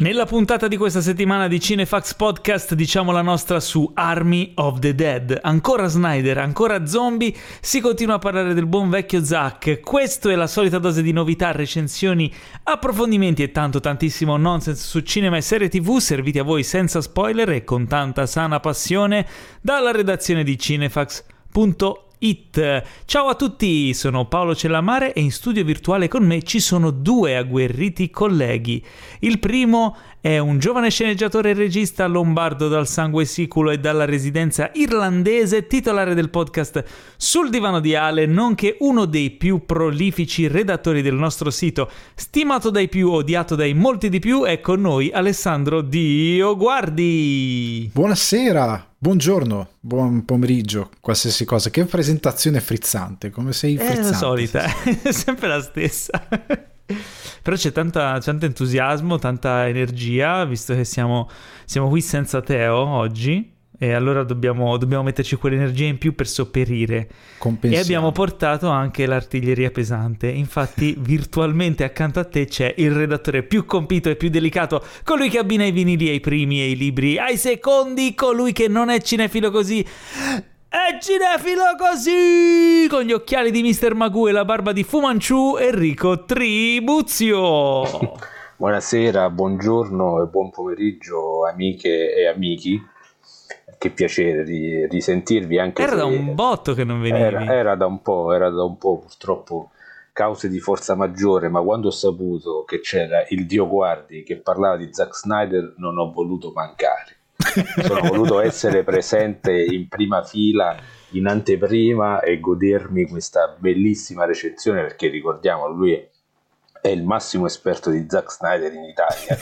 Nella puntata di questa settimana di Cinefax Podcast diciamo la nostra su Army of the Dead. Ancora Snyder, ancora zombie, si continua a parlare del buon vecchio Zack. Questo è la solita dose di novità, recensioni, approfondimenti e tantissimo nonsense su cinema e serie TV, serviti a voi senza spoiler e con tanta sana passione dalla redazione di Cinefax.it. Ciao a tutti, sono Paolo Cellamare e in studio virtuale con me ci sono due agguerriti colleghi. Il primo è un giovane sceneggiatore e regista lombardo dal sangue siculo e dalla residenza irlandese, titolare del podcast Sul divano di Ale, nonché uno dei più prolifici redattori del nostro sito, stimato dai più, odiato dai molti di più. È con noi Alessandro Dio Guardi. Buonasera. Buongiorno, buon pomeriggio, qualsiasi cosa. Che presentazione frizzante, come sei frizzante. È la solita, è sempre la stessa. Però c'è tanto entusiasmo, tanta energia, visto che siamo qui senza Teo oggi. E allora dobbiamo metterci quell'energia in più per sopperire. E abbiamo portato anche l'artiglieria pesante. Infatti virtualmente accanto a te c'è il redattore più compito e più delicato, colui che abbina i vinili ai primi e i libri ai secondi, colui che non è cinefilo così, è cinefilo così, con gli occhiali di Mr. Magoo e la barba di Fu Manchu, Enrico Tribuzio. Buonasera, buongiorno e buon pomeriggio amiche e amici. Che piacere di risentirvi, anche era se da un botto che non venivi. Era da un po', purtroppo cause di forza maggiore, ma quando ho saputo che c'era il Dio Guardi che parlava di Zack Snyder non ho voluto mancare. Sono voluto essere presente in prima fila, in anteprima, e godermi questa bellissima recensione, perché ricordiamo, lui è il massimo esperto di Zack Snyder in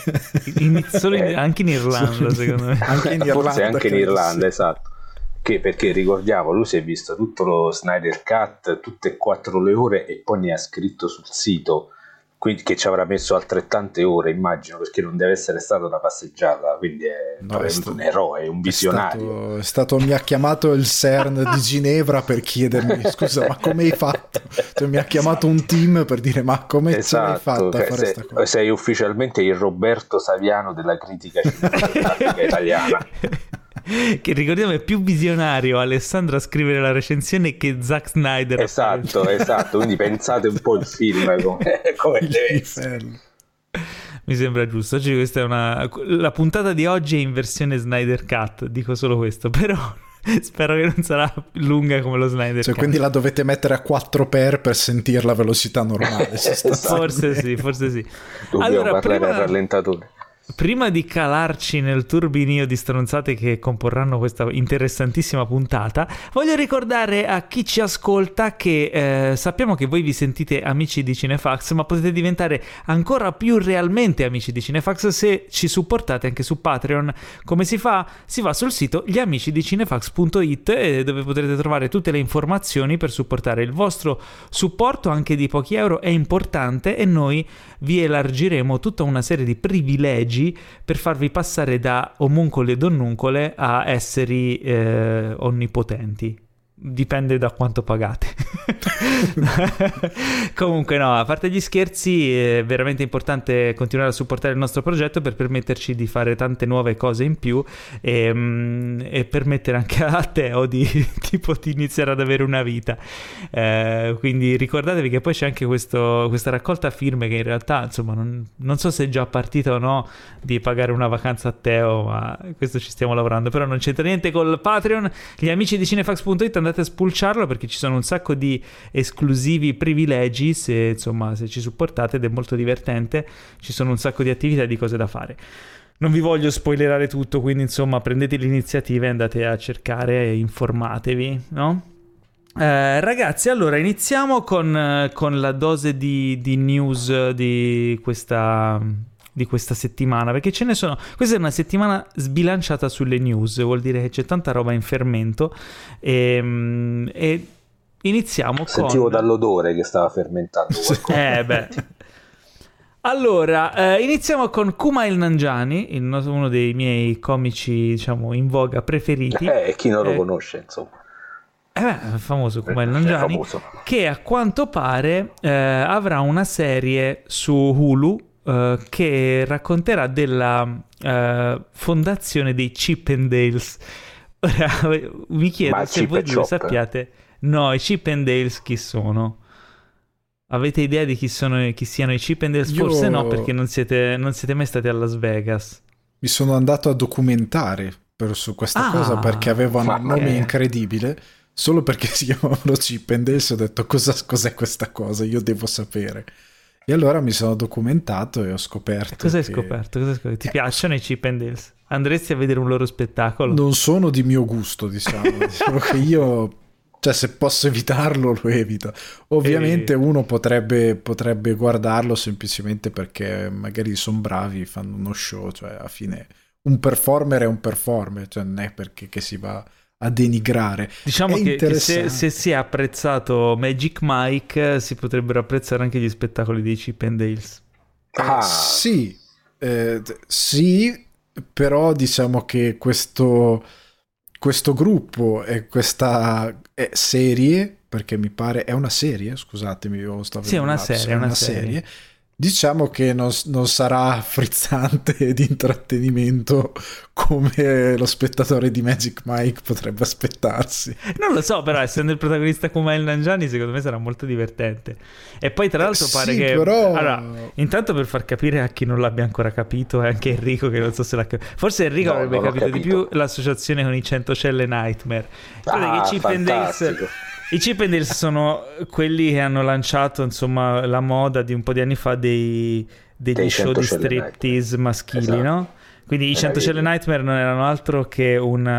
Italia. Anche in Irlanda, secondo me. Forse anche in Irlanda, esatto. Perché ricordiamo, lui si è visto tutto lo Snyder Cut, tutte e 4 le ore, e poi ne ha scritto sul sito, quindi che ci avrà messo altrettante ore, immagino, perché non deve essere stata una passeggiata, quindi è un eroe, un visionario. Mi ha chiamato il CERN di Ginevra per chiedermi scusa, ma come hai fatto? Cioè, mi ha chiamato un team per dire ma come ce l'hai fatta a fare questa cosa? Sei ufficialmente il Roberto Saviano della critica cinematografica italiana. Che ricordiamo è più visionario Alessandro a scrivere la recensione che Zack Snyder. Esatto, quindi pensate un po' il film come deve essere. Mi sembra giusto. Oggi questa è la puntata di oggi è in versione Snyder Cut, dico solo questo, però spero che non sarà lunga come lo Snyder Cut. Quindi la dovete mettere a 4x per sentirla a velocità normale. Forse sì. Dobbiamo allora, parlare al rallentatore. Prima di calarci nel turbinio di stronzate che comporranno questa interessantissima puntata, voglio ricordare a chi ci ascolta che sappiamo che voi vi sentite amici di Cinefax, ma potete diventare ancora più realmente amici di Cinefax se ci supportate anche su Patreon. Come si fa? Si va sul sito gliamicidicinefax.it, dove potrete trovare tutte le informazioni per supportare. Il vostro supporto, anche di pochi euro, è importante, e noi vi elargiremo tutta una serie di privilegi per farvi passare da omuncole e donnuncole a esseri onnipotenti. Dipende da quanto pagate. Comunque no, a parte gli scherzi, è veramente importante continuare a supportare il nostro progetto per permetterci di fare tante nuove cose in più e permettere anche a Teo di iniziare ad avere una vita. Quindi ricordatevi che poi c'è anche questa raccolta firme che in realtà, insomma, non so se è già partita o no, di pagare una vacanza a Teo, ma questo ci stiamo lavorando. Però non c'entra niente col Patreon. Gli amici di Cinefax.it, andate a spulciarlo perché ci sono un sacco di esclusivi privilegi se ci supportate, ed è molto divertente. Ci sono un sacco di attività e di cose da fare. Non vi voglio spoilerare tutto, quindi insomma prendete l'iniziativa e andate a cercare e informatevi, no? Ragazzi, allora iniziamo con la dose di news di questa settimana, perché ce ne sono. Questa è una settimana sbilanciata sulle news, vuol dire che c'è tanta roba in fermento, e iniziamo Sentivo dall'odore che stava fermentando qualcosa. Allora, iniziamo con Kumail Nanjiani, uno dei miei comici, diciamo, in voga preferiti. Chi non lo conosce, insomma. È famoso Kumail Nanjiani, che a quanto pare avrà una serie su Hulu che racconterà della fondazione dei Chip and Dales. Ora mi chiedo se voi due sappiate. No, i Chip and Dales chi sono? Avete idea di chi siano i Chip and Dales? Forse no, perché non siete mai stati a Las Vegas. Mi sono andato a documentare su questa cosa perché avevano un nome incredibile, solo perché si chiamavano Chip and Dales. Ho detto cos'è questa cosa, io devo sapere. E allora mi sono documentato e ho scoperto. Cosa hai scoperto? Ti piacciono i Chip and Dales? Andresti a vedere un loro spettacolo? Non sono di mio gusto, diciamo. Diciamo che io, cioè, se posso evitarlo lo evito. Ovviamente uno potrebbe guardarlo semplicemente perché magari sono bravi, fanno uno show, cioè alla fine un performer è un performer, cioè non è perché che si va a denigrare. Diciamo che se si è apprezzato Magic Mike, si potrebbero apprezzare anche gli spettacoli dei Chip and Dales. Sì, sì, però diciamo che questo gruppo e questa serie, perché mi pare è una serie, scusatemi, sì, è una serie. Diciamo che non sarà frizzante di intrattenimento come lo spettatore di Magic Mike potrebbe aspettarsi. Non lo so, però essendo il protagonista Kumail Nanjiani, secondo me sarà molto divertente. E poi tra l'altro pare che... Però... Allora, intanto per far capire a chi non l'abbia ancora capito, e anche Enrico che non so se l'ha capito. Forse Enrico avrebbe capito di più l'associazione con i 100 celle Nightmare. I Chip and Dales sono quelli che hanno lanciato, insomma, la moda di un po' di anni fa degli show di striptease maschili, esatto. No? Quindi i 100 Celle Nightmare non erano altro che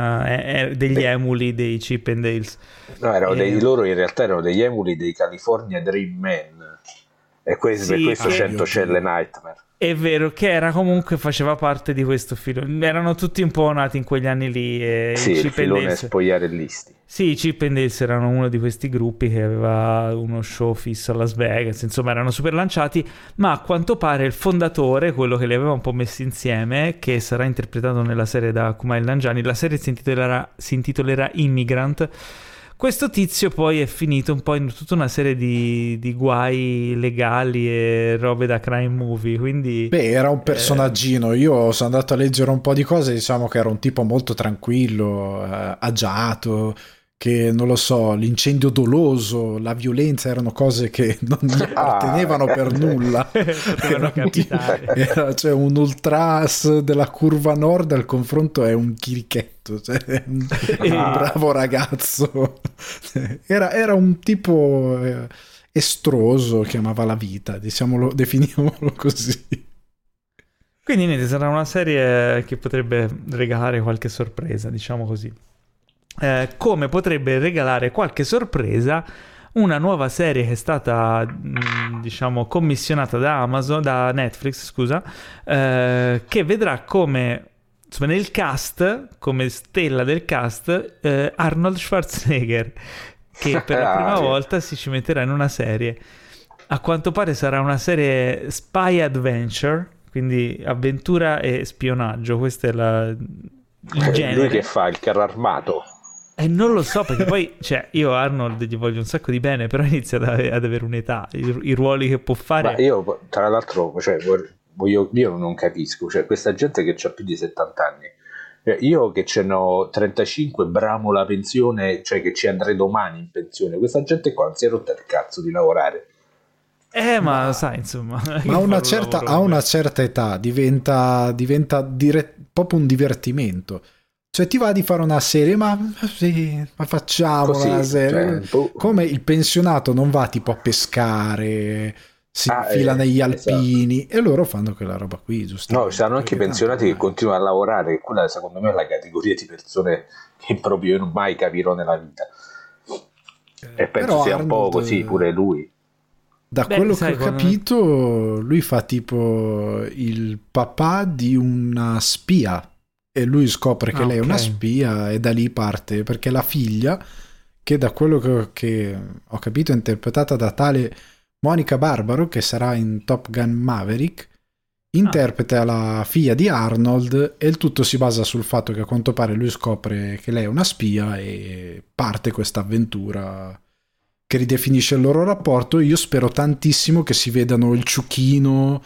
degli emuli dei Chip and Dales. No, loro in realtà erano degli emuli dei California Dream Men. E questo 100 Celle Nightmare. È vero, che era comunque, faceva parte di questo film. Erano tutti un po' nati in quegli anni lì. Sì, il filone spogliarellisti. Sì, i Chip and Dales erano uno di questi gruppi che aveva uno show fisso a Las Vegas, insomma erano super lanciati, ma a quanto pare il fondatore, quello che li aveva un po' messi insieme, che sarà interpretato nella serie da Kumail Nanjiani, la serie si intitolerà Immigrant. Questo tizio poi è finito un po' in tutta una serie di guai legali e robe da crime movie, quindi... Beh, era un personaggino. Io sono andato a leggere un po' di cose, diciamo che era un tipo molto tranquillo, agiato, che non lo so, l'incendio doloso, la violenza erano cose che non gli appartenevano per nulla. Potevano capitare. Cioè un ultras della curva nord al confronto è un chirichetto, cioè un bravo ragazzo. Era un tipo estroso che amava la vita, definiamolo così. Quindi niente, sarà una serie che potrebbe regalare qualche sorpresa, diciamo così. Come potrebbe regalare qualche sorpresa una nuova serie che è stata diciamo commissionata da Netflix, scusa, che vedrà come, insomma, nel cast, come stella del cast, Arnold Schwarzenegger, che per la prima volta si ci metterà in una serie. A quanto pare sarà una serie spy adventure, quindi avventura e spionaggio. Questo è il genere. Lui che fa il carro armato. Non lo so, perché poi, cioè, io Arnold gli voglio un sacco di bene, però inizia ad avere un'età, i ruoli che può fare. Ma io, tra l'altro, cioè, io non capisco, cioè, questa gente che ha più di 70 anni, io che ce n'ho 35, bramo la pensione, cioè che ci andrei domani in pensione, questa gente qua non si è rotta il cazzo di lavorare. Ma sai, insomma, ma a una certa età diventa proprio un divertimento. Cioè ti va di fare una serie, ma facciamo una serie. Come il pensionato non va tipo a pescare, si infila negli alpini, esatto. E loro fanno quella roba qui, giusto? No, ci sono anche pensionati che continuano a lavorare, quella secondo me è la categoria di persone che proprio io non mai capirò nella vita. E penso sia Arnold, un po' così pure lui. Da quello che ho capito, lui fa tipo il papà di una spia. E lui scopre che lei è una spia e da lì parte, perché la figlia, che da quello che ho capito è interpretata da tale Monica Barbaro, che sarà in Top Gun Maverick, interpreta la figlia di Arnold, e il tutto si basa sul fatto che a quanto pare lui scopre che lei è una spia e parte questa avventura che ridefinisce il loro rapporto. Io spero tantissimo che si vedano il ciuchino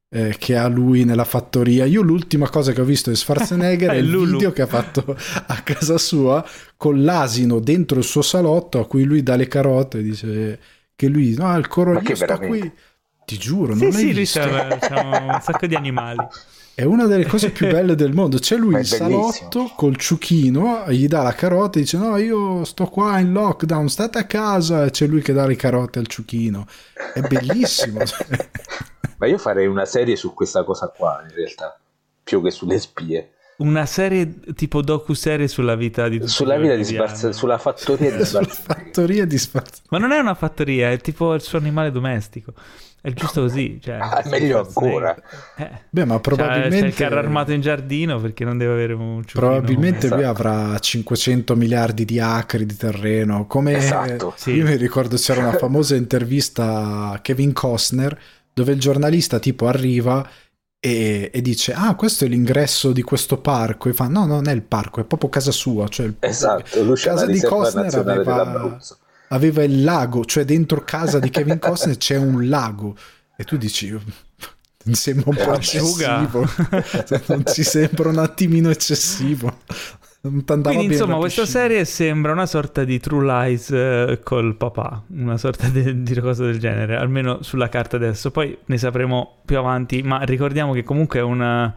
che ha lui nella fattoria. Io l'ultima cosa che ho visto di Schwarzenegger è il video che ha fatto a casa sua con l'asino dentro il suo salotto a cui lui dà le carote e dice che lui il corollino sta qui, ti giuro, non l'hai visto? C'è un sacco di animali. È una delle cose più belle del mondo. C'è lui in salotto col ciuchino, gli dà la carota e dice no, io sto qua in lockdown, state a casa, e c'è lui che dà le carote al ciuchino. È bellissimo. Ma io farei una serie su questa cosa qua, in realtà, più che sulle spie. Una serie tipo docu-serie sulla vita di sulla vita di sulla fattoria di Schwarzenegger. Ma non è una fattoria, è tipo il suo animale domestico. È giusto così, cioè, meglio ancora. Beh, ma probabilmente c'è il carro armato in giardino perché non deve avere un ciuchino. Probabilmente lui avrà 500 miliardi di acri di terreno. Come io mi ricordo c'era una famosa intervista a Kevin Costner dove il giornalista tipo arriva e dice questo è l'ingresso di questo parco, e fa no, non è il parco, è proprio casa sua, cioè casa di Costner aveva il lago, cioè dentro casa di Kevin Costner c'è un lago, e tu dici mi sembra un po' eccessivo. Non ci sembra un attimino eccessivo. Quindi insomma questa serie sembra una sorta di True Lies col papà, una sorta di cosa del genere, almeno sulla carta adesso, poi ne sapremo più avanti, ma ricordiamo che comunque è una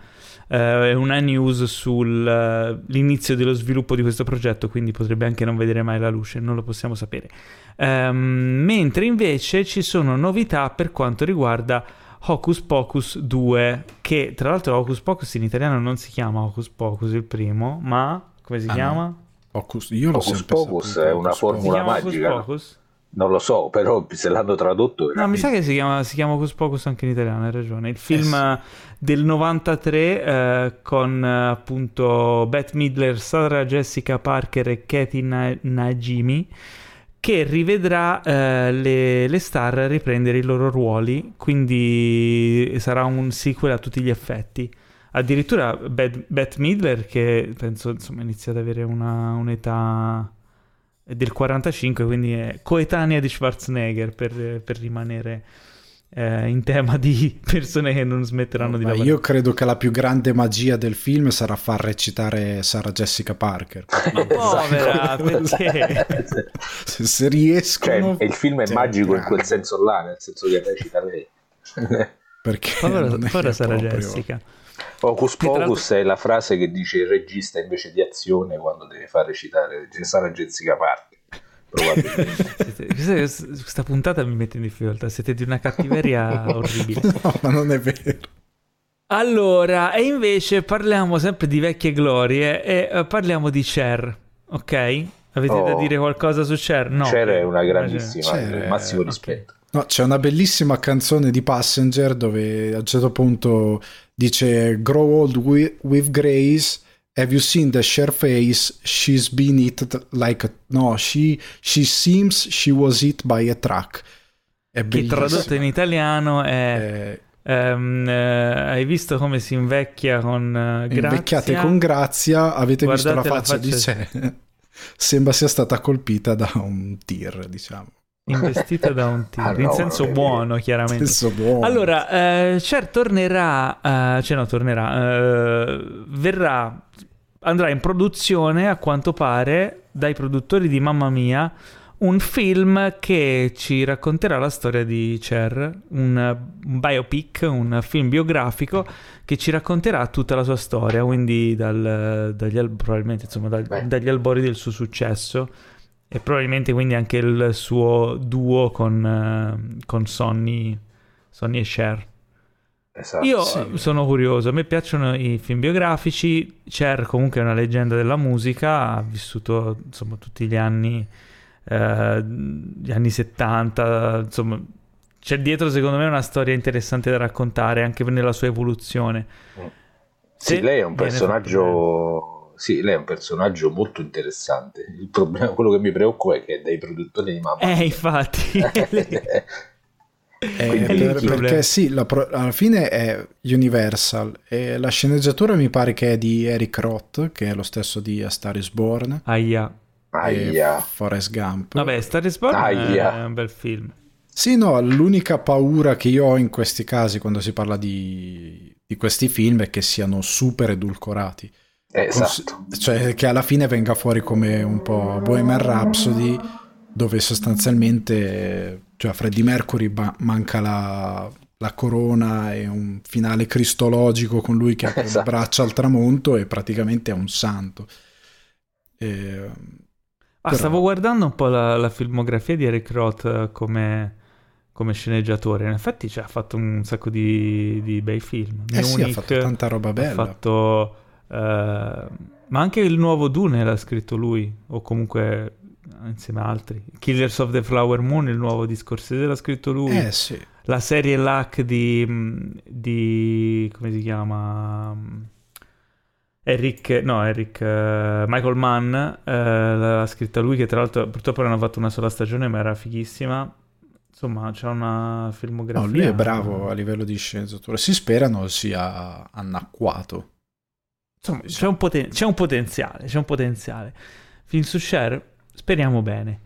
news sull'inizio dello sviluppo di questo progetto, quindi potrebbe anche non vedere mai la luce, non lo possiamo sapere. Mentre invece ci sono novità per quanto riguarda Hocus Pocus 2, che tra l'altro Hocus Pocus in italiano non si chiama Hocus Pocus il primo, ma come si chiama? Hocus Pocus è una formula magica. Pocus? Non lo so, però se l'hanno tradotto mi sa che si chiama Hocus Pocus anche in italiano, hai ragione. Il film del 93 con appunto Bette Midler, Sarah Jessica Parker e Katie Najimy, che rivedrà le star riprendere i loro ruoli, quindi sarà un sequel a tutti gli effetti. Addirittura Bette Midler, che penso insomma inizia ad avere un'età del 45, quindi è coetanea di Schwarzenegger, per rimanere in tema di persone che non smetteranno di lavorare. Io credo che la più grande magia del film sarà far recitare Sarah Jessica Parker. Povera, perché? Se riescono... Cioè, il film è magico in quel senso là, nel senso che recita lei. Perché povera Sarah Jessica. Hocus Pocus è la frase che dice il regista invece di azione quando deve far recitare Sarah Jessica Parker. Probabilmente. Questa puntata mi mette in difficoltà, siete di una cattiveria orribile. No, ma non è vero. Allora, e invece parliamo sempre di vecchie glorie e parliamo di Cher, ok? Avete da dire qualcosa su Cher? No. Cher è una grandissima, massimo rispetto. No, c'è una bellissima canzone di Passenger dove a un certo punto dice Grow old with grace, have you seen the Cher face, she's been hit like she seems she was hit by a truck. È bellissimo. Che tradotto in italiano è hai visto come si invecchia con grazia? Invecchiate con grazia, avete visto la faccia di Cher? Sembra sia stata colpita da un tir, diciamo. Investita da un tir, in senso buono, chiaramente. Senso buono. Allora, Cher andrà in produzione, a quanto pare, dai produttori di Mamma Mia, un film che ci racconterà la storia di Cher, un biopic, un film biografico che ci racconterà tutta la sua storia, quindi probabilmente insomma dagli albori del suo successo. E probabilmente quindi anche il suo duo con Sonny e Cher. Esatto, io sono curioso, a me piacciono i film biografici. Cher comunque è una leggenda della musica, ha vissuto insomma tutti gli anni 70, insomma c'è dietro secondo me una storia interessante da raccontare anche nella sua evoluzione. Sì, lei è un personaggio... Sì, lei è un personaggio molto interessante. Il problema, quello che mi preoccupa è che è dai produttori di Mamma Mia. Infatti. Perché sì, alla fine è Universal e la sceneggiatura mi pare che è di Eric Roth, che è lo stesso di A Star is Born e Forrest Gump. Vabbè, Star is Born è un bel film. Sì, no, l'unica paura che io ho in questi casi quando si parla di questi film è che siano super edulcorati. Esatto. Cioè che alla fine venga fuori come un po' Bohemian Rhapsody, dove sostanzialmente cioè, a Freddie Mercury manca la corona e un finale cristologico con lui che apre le braccia al tramonto e praticamente è un santo. Però... Stavo guardando un po' la filmografia di Eric Roth come sceneggiatore. In effetti ha fatto un sacco di bei film. Sì, ha fatto tanta roba bella. Ha fatto... ma anche il nuovo Dune l'ha scritto lui, o comunque insieme a altri. Killers of the Flower Moon, il nuovo di Scorsese, l'ha scritto lui. Sì. La serie Luck di come si chiama? Michael Mann l'ha scritta lui, che tra l'altro purtroppo non ha fatto una sola stagione, ma era fighissima. Insomma, c'è una filmografia. No, lui è bravo a livello di sceneggiatura. Si spera non sia anacquato. Insomma, c'è un potenziale. Film su Share, speriamo bene.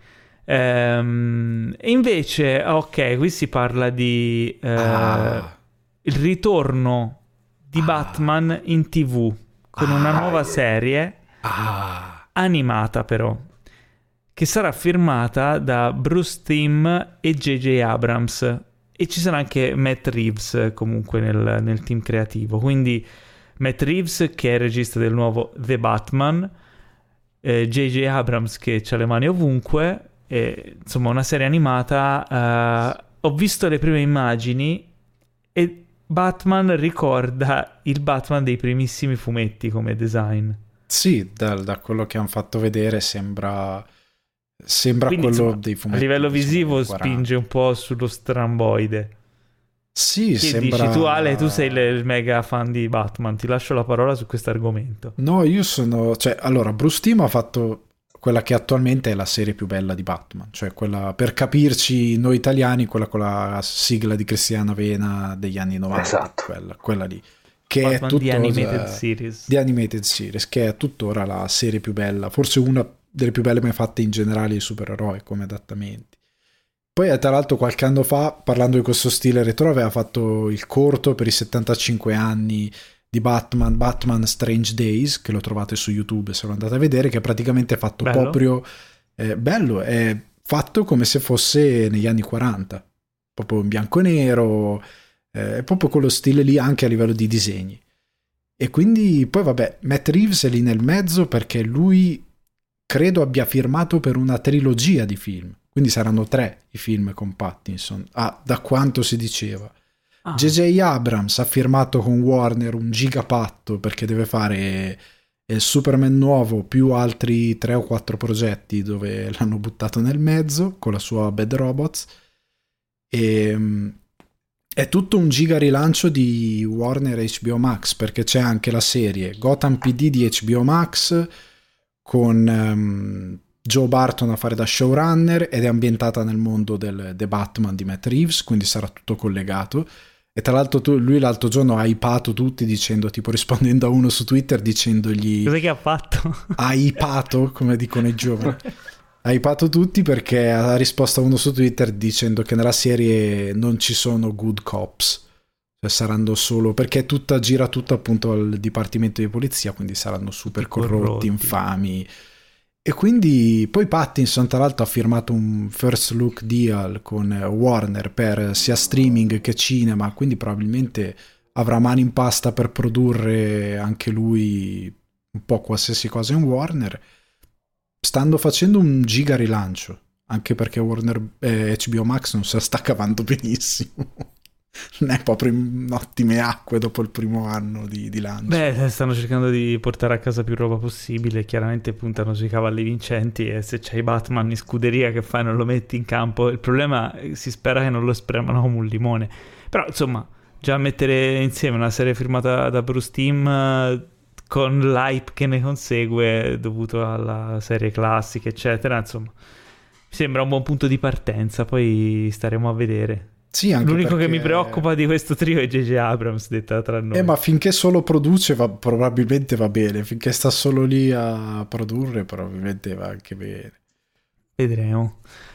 E invece, ok, qui si parla di il ritorno di Batman in TV con una nuova serie animata però, che sarà firmata da Bruce Timm e J.J. Abrams, e ci sarà anche Matt Reeves comunque nel team creativo. Quindi Matt Reeves, che è il regista del nuovo The Batman, J.J. Abrams, che c'ha le mani ovunque, insomma una serie animata. Ho visto le prime immagini e Batman ricorda il Batman dei primissimi fumetti come design. Sì, da quello che hanno fatto vedere sembra quindi, quello insomma, dei fumetti. A livello visivo spinge un po' sullo stramboide. Sì, che sembra... dici tu, Ale, tu sei il mega fan di Batman, ti lascio la parola su questo argomento. No, io sono... Cioè, allora, Bruce Timm ha fatto quella che attualmente è la serie più bella di Batman, cioè quella, per capirci noi italiani, quella con la sigla di Cristiana Avena degli anni 90. Esatto. Quella lì. Che Batman è tuttora, di Animated Series, che è tuttora la serie più bella, forse una delle più belle mai fatte in generale di supereroi come adattamenti. Poi tra l'altro qualche anno fa, parlando di questo stile retro, aveva fatto il corto per i 75 anni di Batman Strange Days, che lo trovate su YouTube se lo andate a vedere, che è praticamente fatto proprio bello, è fatto come se fosse negli anni 40, proprio in bianco e nero, è proprio quello stile lì anche a livello di disegni. E quindi poi vabbè, Matt Reeves è lì nel mezzo perché lui credo abbia firmato per una trilogia di film, quindi saranno 3 i film con Pattinson, da quanto si diceva. J.J. Abrams ha firmato con Warner un gigapatto perché deve fare il Superman nuovo più altri 3 o 4 progetti dove l'hanno buttato nel mezzo con la sua Bad Robots, e è tutto un giga rilancio di Warner HBO Max, perché c'è anche la serie Gotham PD di HBO Max con Joe Barton a fare da showrunner, ed è ambientata nel mondo del The Batman di Matt Reeves, quindi sarà tutto collegato. E tra l'altro lui l'altro giorno ha ipato tutti dicendo, tipo rispondendo a uno su Twitter dicendogli... Cos'è che ha fatto? Ha ipato, come dicono i giovani. Ha ipato tutti perché ha risposto a uno su Twitter dicendo che nella serie non ci sono good cops, cioè saranno solo... perché gira tutto appunto al dipartimento di polizia, quindi saranno super corrotti, infami... E quindi poi Pattinson tra l'altro ha firmato un first look deal con Warner per sia streaming che cinema, quindi probabilmente avrà mani in pasta per produrre anche lui un po' qualsiasi cosa in Warner. Stanno facendo un giga rilancio, anche perché HBO Max non se la sta cavando benissimo. Non è proprio in ottime acque dopo il primo anno di lancio. Beh, stanno cercando di portare a casa più roba possibile, chiaramente puntano sui cavalli vincenti, e se c'hai Batman in scuderia che fai, non lo metti in campo. Il problema si spera che non lo spremano come un limone, però insomma già mettere insieme una serie firmata da Bruce Timm con l'hype che ne consegue dovuto alla serie classica eccetera, insomma mi sembra un buon punto di partenza, poi staremo a vedere. Sì, anche l'unico perché... che mi preoccupa di questo trio è J.J. Abrams, detta tra noi. Ma finché solo produce probabilmente va bene, finché sta solo lì a produrre probabilmente va anche bene. Vedremo.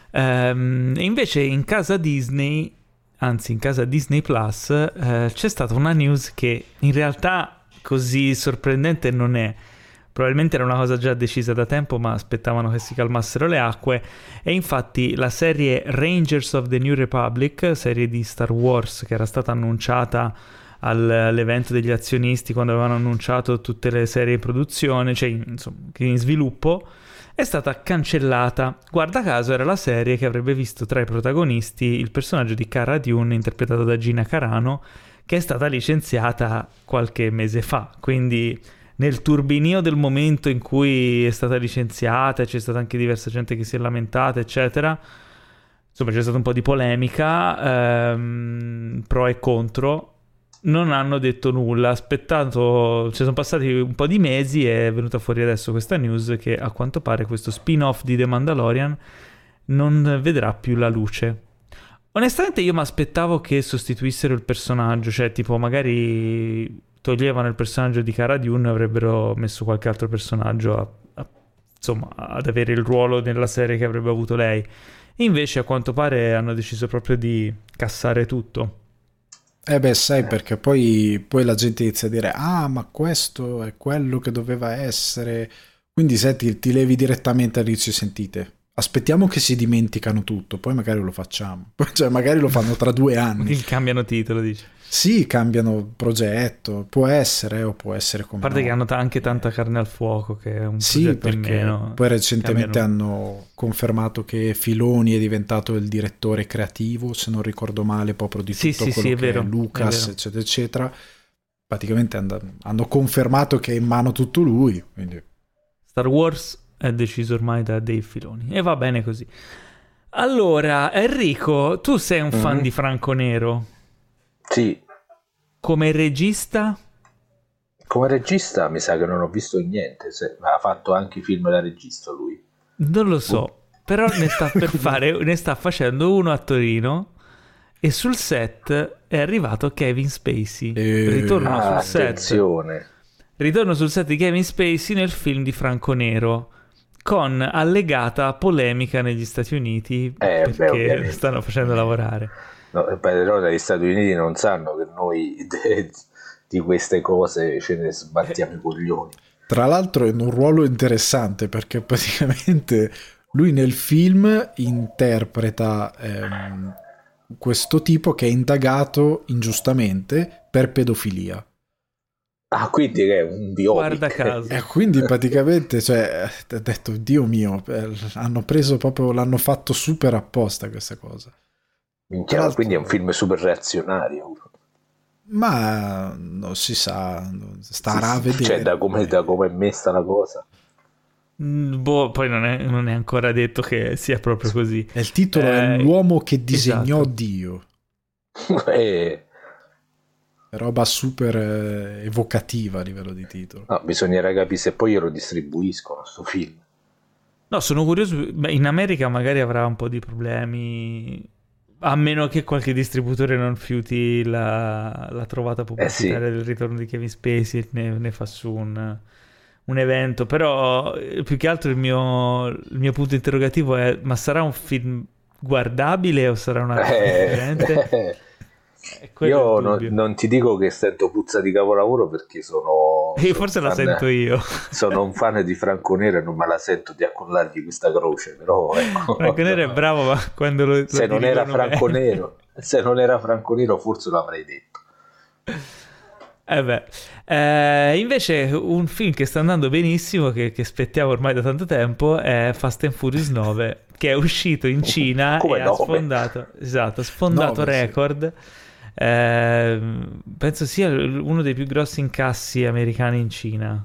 E invece in casa Disney, anzi in casa Disney Plus, c'è stata una news che in realtà così sorprendente non è. Probabilmente era una cosa già decisa da tempo, ma aspettavano che si calmassero le acque. E infatti la serie Rangers of the New Republic, serie di Star Wars che era stata annunciata all'evento degli azionisti quando avevano annunciato tutte le serie in produzione, cioè insomma in sviluppo, è stata cancellata. Guarda caso era la serie che avrebbe visto tra i protagonisti il personaggio di Cara Dune interpretato da Gina Carano, che è stata licenziata qualche mese fa, quindi nel turbinio del momento in cui è stata licenziata, c'è stata anche diversa gente che si è lamentata, eccetera. Insomma, c'è stata un po' di polemica, pro e contro. Non hanno detto nulla, aspettato, ci sono passati un po' di mesi e è venuta fuori adesso questa news che a quanto pare questo spin-off di The Mandalorian non vedrà più la luce. Onestamente io mi aspettavo che sostituissero il personaggio, cioè tipo magari toglievano il personaggio di Cara Dune e avrebbero messo qualche altro personaggio insomma ad avere il ruolo nella serie che avrebbe avuto lei. Invece a quanto pare hanno deciso proprio di cassare tutto. Sai, perché poi la gente inizia a dire ma questo è quello che doveva essere, quindi se ti levi direttamente all'inizio, sentite, aspettiamo che si dimenticano tutto, poi magari lo facciamo, cioè magari lo fanno tra 2 anni. Cambiano titolo, dici? Sì, cambiano progetto, può essere o può essere come a parte che hanno anche tanta carne al fuoco, che è un sì, progetto perché in meno. Poi recentemente hanno confermato che Filoni è diventato il direttore creativo, se non ricordo male, proprio di tutto quello che è Lucas, eccetera eccetera. Praticamente hanno confermato che è in mano tutto lui, quindi. Star Wars è deciso ormai da Dave Filoni e va bene così. Allora, Enrico, tu sei un fan di Franco Nero? Sì. Come regista? Come regista mi sa che non ho visto niente, ha fatto anche i film da regista lui. Non lo so, però ne sta facendo uno a Torino e sul set è arrivato Kevin Spacey. Ritorno sul set di Kevin Spacey nel film di Franco Nero, con allegata polemica negli Stati Uniti perché stanno facendo lavorare. No, però negli Stati Uniti non sanno che noi di queste cose ce ne sbattiamo i coglioni. Tra l'altro è un ruolo interessante perché praticamente lui nel film interpreta questo tipo che è indagato ingiustamente per pedofilia. Quindi è un biopic. Guarda caso. E quindi praticamente, cioè, ho detto, Dio mio, hanno preso proprio, l'hanno fatto super apposta questa cosa. Quindi è un film super reazionario. Ma non si sa, starà a vedere. Cioè, da come è messa la cosa. Poi non è ancora detto che sia proprio così. Il titolo è L'uomo che disegnò Dio. Roba super evocativa a livello di titolo. No, bisognerà capire se poi glielo distribuiscono sto film. No, sono curioso. In America magari avrà un po' di problemi, a meno che qualche distributore non fiuti la trovata pubblicitaria del ritorno di Kevin Spacey, ne fa su un evento. Però più che altro il mio punto interrogativo è: ma sarà un film guardabile o sarà una cosa differente? Io non ti dico che sento puzza di capolavoro, perché forse la sento io. Sono un fan di Franco Nero e non me la sento di accollargli questa croce, però ecco, Franco Nero è bravo, ma quando se non era Franco Nero forse l'avrei detto. Invece un film che sta andando benissimo, che aspettiamo ormai da tanto tempo, è Fast and Furious 9, che è uscito in Cina e ha sfondato record. Penso sia uno dei più grossi incassi americani in Cina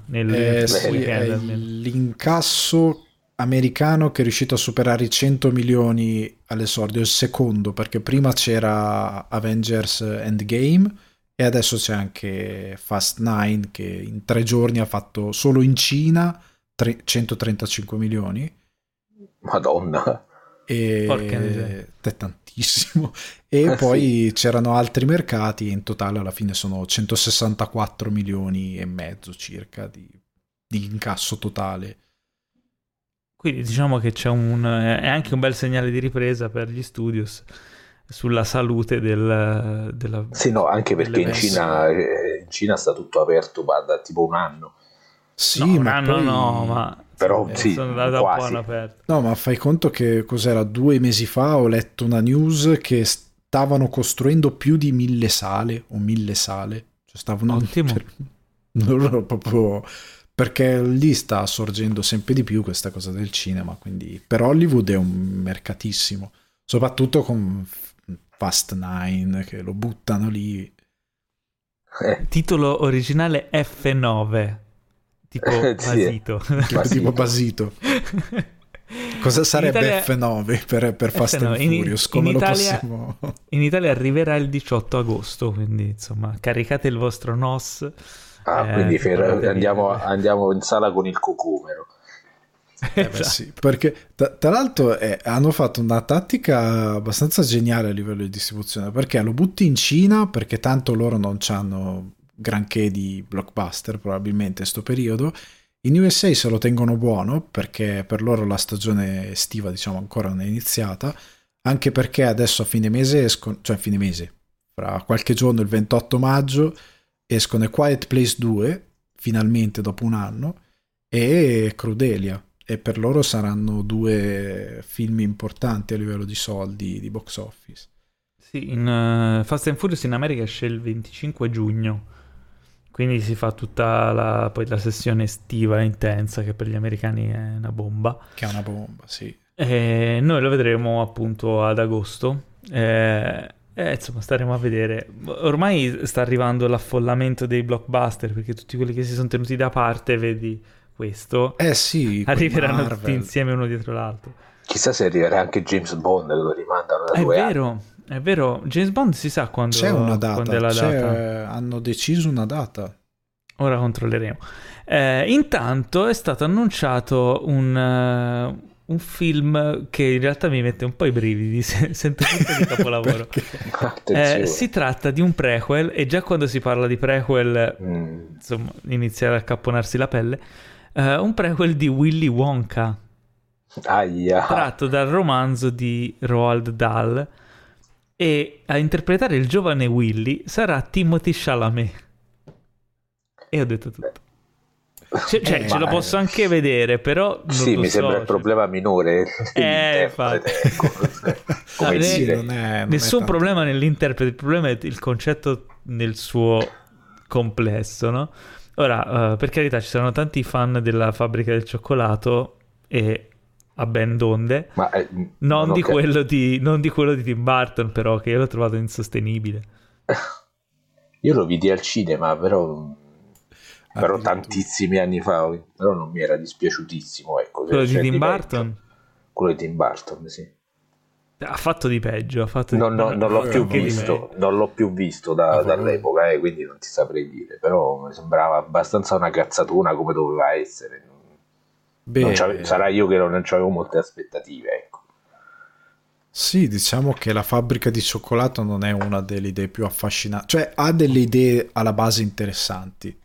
l'incasso americano che è riuscito a superare i 100 milioni all'esordio, il secondo, perché prima c'era Avengers Endgame e adesso c'è anche Fast 9 che in 3 giorni ha fatto solo in Cina 135 milioni. Madonna, è tantissimo. E poi c'erano altri mercati, in totale alla fine sono 164 milioni e mezzo circa di incasso totale. Quindi diciamo che è anche un bel segnale di ripresa per gli studios sulla salute della... Sì, no, anche perché in Cina sta tutto aperto da tipo un anno. Sì, no, un ma anno poi... no, ma però sì, sono andato quasi. un po' aperto. No, ma fai conto che cos'era 2 mesi fa ho letto una news che stavano costruendo più di 1000 sale o 1000 sale, cioè stavano loro proprio, perché lì sta sorgendo sempre di più questa cosa del cinema, quindi per Hollywood è un mercatissimo, soprattutto con Fast 9 che lo buttano lì. Titolo originale F9, tipo Basito. Tipo Basito. Cosa sarebbe Italia... F9 per Fast and Furious? Come lo possiamo... In Italia arriverà il 18 agosto, quindi insomma caricate il vostro NOS. Quindi andiamo in sala con il cocomero. Esatto. Sì, perché tra l'altro hanno fatto una tattica abbastanza geniale a livello di distribuzione, perché lo butti in Cina perché tanto loro non c'hanno granché di blockbuster probabilmente in sto periodo. In USA se lo tengono buono perché per loro la stagione estiva diciamo ancora non è iniziata, anche perché adesso a fine mese fra qualche giorno, il 28 maggio escono Quiet Place 2 finalmente dopo un anno e Crudelia, e per loro saranno 2 film importanti a livello di soldi di box office. Sì, in Fast and Furious in America esce il 25 giugno, quindi si fa tutta poi la sessione estiva intensa, che per gli americani è una bomba. Che è una bomba, sì. E noi lo vedremo appunto ad agosto. Insomma, staremo a vedere. Ormai sta arrivando l'affollamento dei blockbuster, perché tutti quelli che si sono tenuti da parte, vedi questo, sì, arriveranno tutti insieme uno dietro l'altro. Chissà se arriverà anche James Bond, lo rimandano da 2 anni. È vero, James Bond si sa quando c'è una data, quando è la data. Hanno deciso una data. Ora controlleremo. Intanto è stato annunciato un film che in realtà mi mette un po' i brividi, sento tutto di capolavoro. Si tratta di un prequel, e già quando si parla di prequel insomma inizia a accapponarsi la pelle. Un prequel di Willy Wonka, tratto dal romanzo di Roald Dahl, e a interpretare il giovane Willy sarà Timothée Chalamet. E ho detto tutto. Ce lo posso anche vedere, però non sì, mi sembra il problema minore. Nessun problema nell'interprete, il problema è il concetto nel suo complesso, no? Ora, per carità, ci saranno tanti fan della Fabbrica del Cioccolato, e a ben donde, ma non di quello di Tim Burton, però, che io l'ho trovato insostenibile. Io lo vidi al cinema, però tantissimi anni fa, però non mi era dispiaciutissimo, ecco. Quello di Tim Burton? Quello di Tim Burton, sì. Ha fatto di peggio, non l'ho più visto, dall'epoca, quindi non ti saprei dire, però mi sembrava abbastanza una cazzatona come doveva essere. Sarà io che non avevo molte aspettative, ecco. Sì, diciamo che la Fabbrica di Cioccolato non è una delle idee più affascinanti, cioè ha delle idee alla base interessanti,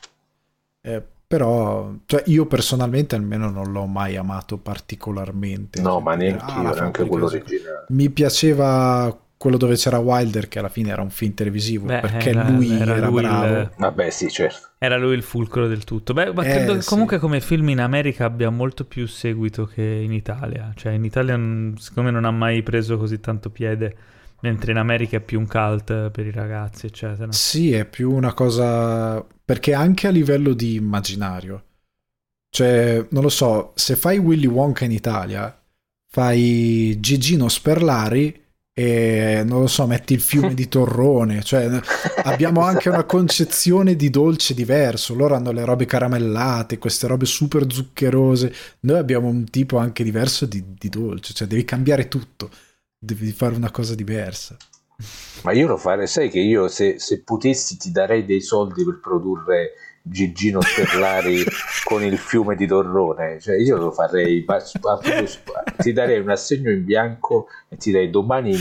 però cioè io personalmente almeno non l'ho mai amato particolarmente. No, ma neanche quello originale. Mi piaceva quello dove c'era Wilder, che alla fine era un film televisivo, perché lui era bravo. Vabbè, sì, certo. Era lui il fulcro del tutto. Ma credo che comunque come film in America abbia molto più seguito che in Italia. Cioè in Italia secondo me non ha mai preso così tanto piede, mentre in America è più un cult per i ragazzi, eccetera. Sì, è più una cosa, perché anche a livello di immaginario, cioè non lo so, se fai Willy Wonka in Italia fai Gigino Sperlari e non lo so, metti il fiume di Torrone, cioè abbiamo anche una concezione di dolce diverso. Loro hanno le robe caramellate, queste robe super zuccherose, noi abbiamo un tipo anche diverso di dolce, cioè devi cambiare tutto, devi fare una cosa diversa. Ma io lo farei, sai che io se potessi ti darei dei soldi per produrre Gigino Sperlari con il fiume di Torrone, cioè io lo farei, ti darei un assegno in bianco e ti direi domani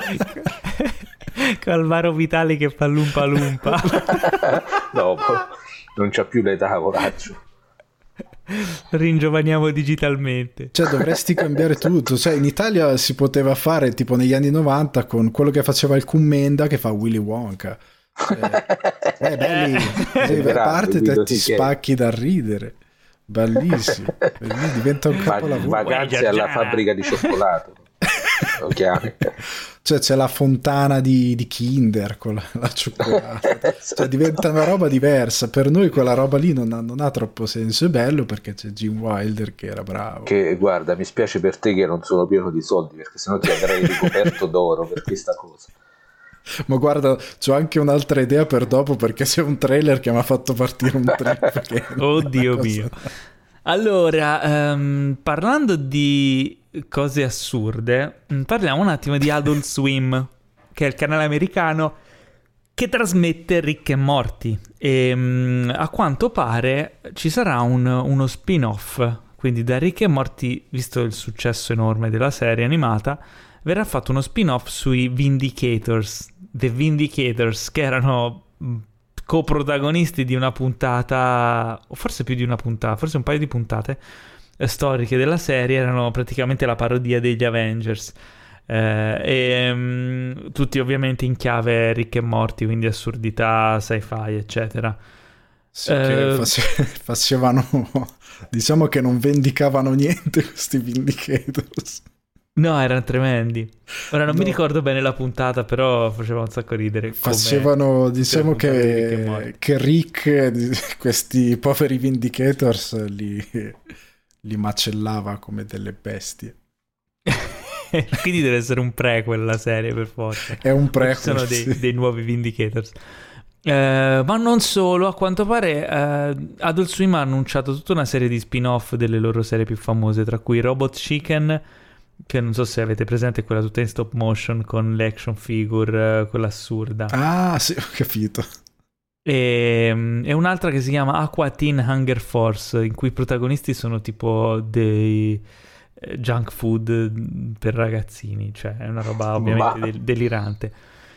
Calvaro Vitali che fa lumpa lumpa. no, non c'ha più l'età, coraggio. Ringiovaniamo digitalmente. Cioè dovresti cambiare tutto. Cioè in Italia si poteva fare tipo negli anni 90 con quello che faceva il Commenda che fa Willy Wonka. Cioè, belli, a parte te ti spacchi da ridere. Bellissimo. Diventa un capolavoro. Vacanze alla fabbrica di cioccolato. Lo chiami. Cioè c'è la fontana di Kinder con la cioccolata, cioè diventa una roba diversa. Per noi quella roba lì non ha troppo senso. È bello perché c'è Gene Wilder che era bravo. Che guarda, mi spiace per te che non sono pieno di soldi, perché sennò ti avrei ricoperto d'oro per questa cosa. Ma guarda, c'ho anche un'altra idea per dopo, perché c'è un trailer che mi ha fatto partire un trip. Oddio mio. Allora, parlando di cose assurde, parliamo un attimo di Adult Swim, che è il canale americano che trasmette Rick e Morty. E a quanto pare ci sarà uno spin-off, quindi da Rick e Morty, visto il successo enorme della serie animata, verrà fatto uno spin-off sui Vindicators, The Vindicators, che erano coprotagonisti di una puntata, o forse più di una puntata, forse un paio di puntate storiche della serie. Erano praticamente la parodia degli Avengers, tutti ovviamente in chiave Rick e Morty, quindi assurdità, sci-fi, eccetera. Sì, che facevano, diciamo che non vendicavano niente questi Vindicators. No, erano tremendi. Ora non mi ricordo bene la puntata, però faceva un sacco ridere. Facevano, diciamo che Rick, questi poveri Vindicators, li macellava come delle bestie. Quindi deve essere un prequel la serie, per forza. È un prequel. Ci sono dei nuovi Vindicators. Ma non solo, a quanto pare Adult Swim ha annunciato tutta una serie di spin-off delle loro serie più famose, tra cui Robot Chicken, che non so se avete presente, quella tutta in stop motion con l'action figure, quella assurda. Ah, sì, ho capito. E un'altra che si chiama Aqua Teen Hunger Force, in cui i protagonisti sono tipo dei junk food per ragazzini, cioè è una roba ovviamente delirante.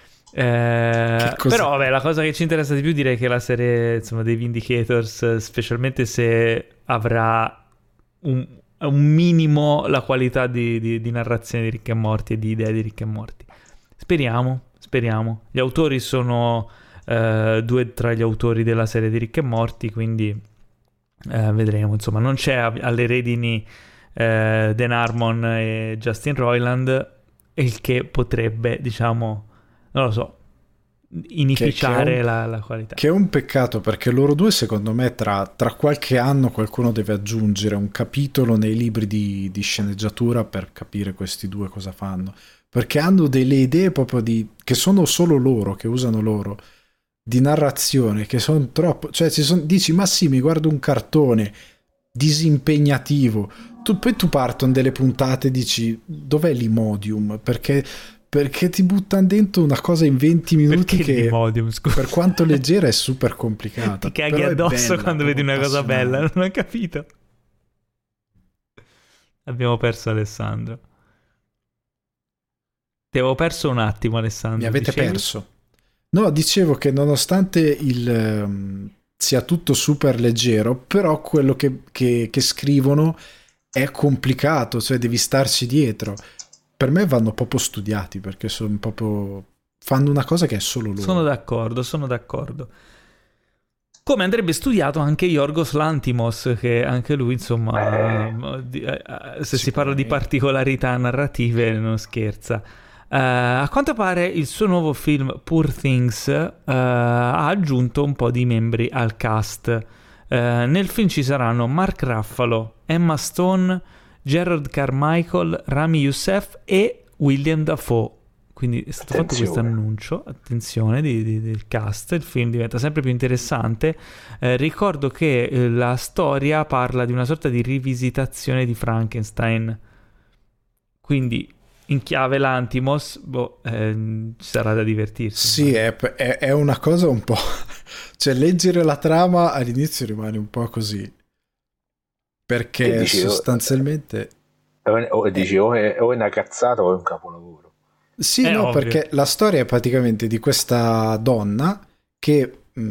Però vabbè, la cosa che ci interessa di più direi che la serie, insomma, dei Vindicators, specialmente se avrà un minimo la qualità di narrazione di Rick e Morty e di idee di Rick e Morty. Speriamo. Gli autori sono due tra gli autori della serie di Rick e Morty, quindi vedremo. Insomma, non c'è alle redini Dan Harmon e Justin Roiland, il che potrebbe, diciamo, non lo so, inficiare la qualità. Che è un peccato, perché loro due, secondo me, tra qualche anno qualcuno deve aggiungere un capitolo nei libri di sceneggiatura per capire questi due cosa fanno, perché hanno delle idee proprio che sono solo loro, che usano loro, di narrazione, che sono troppo, cioè dici ma sì, mi guardo un cartone disimpegnativo, poi tu partono delle puntate e dici dov'è l'Imodium, perché ti buttano dentro una cosa in 20 minuti che per quanto leggera è super complicata. Ti caghi addosso bella, quando vedi una cosa bella, non ho capito. Abbiamo perso Alessandro. Ti avevo perso un attimo, Alessandro. Mi avete perso? No, dicevo che nonostante sia tutto super leggero, però quello che scrivono è complicato, cioè devi starci dietro. Per me vanno proprio studiati, perché sono proprio, fanno una cosa che è solo loro. Sono d'accordo. Come andrebbe studiato anche Yorgos Lanthimos, che anche lui, insomma, se si parla di particolarità narrative non scherza. A quanto pare il suo nuovo film Poor Things ha aggiunto un po' di membri al cast. Nel film ci saranno Mark Ruffalo, Emma Stone, Gerard Carmichael, Rami Youssef e William Dafoe. Quindi è stato fatto questo annuncio, attenzione, del cast. Il film diventa sempre più interessante. Ricordo che la storia parla di una sorta di rivisitazione di Frankenstein, quindi in chiave Lanthimos, ci sarà da divertirsi. Sì, è una cosa un po', cioè leggere la trama all'inizio rimane un po' così, perché dici, sostanzialmente o è una cazzata o è un capolavoro. Sì, no, ovvio. Perché la storia è praticamente di questa donna che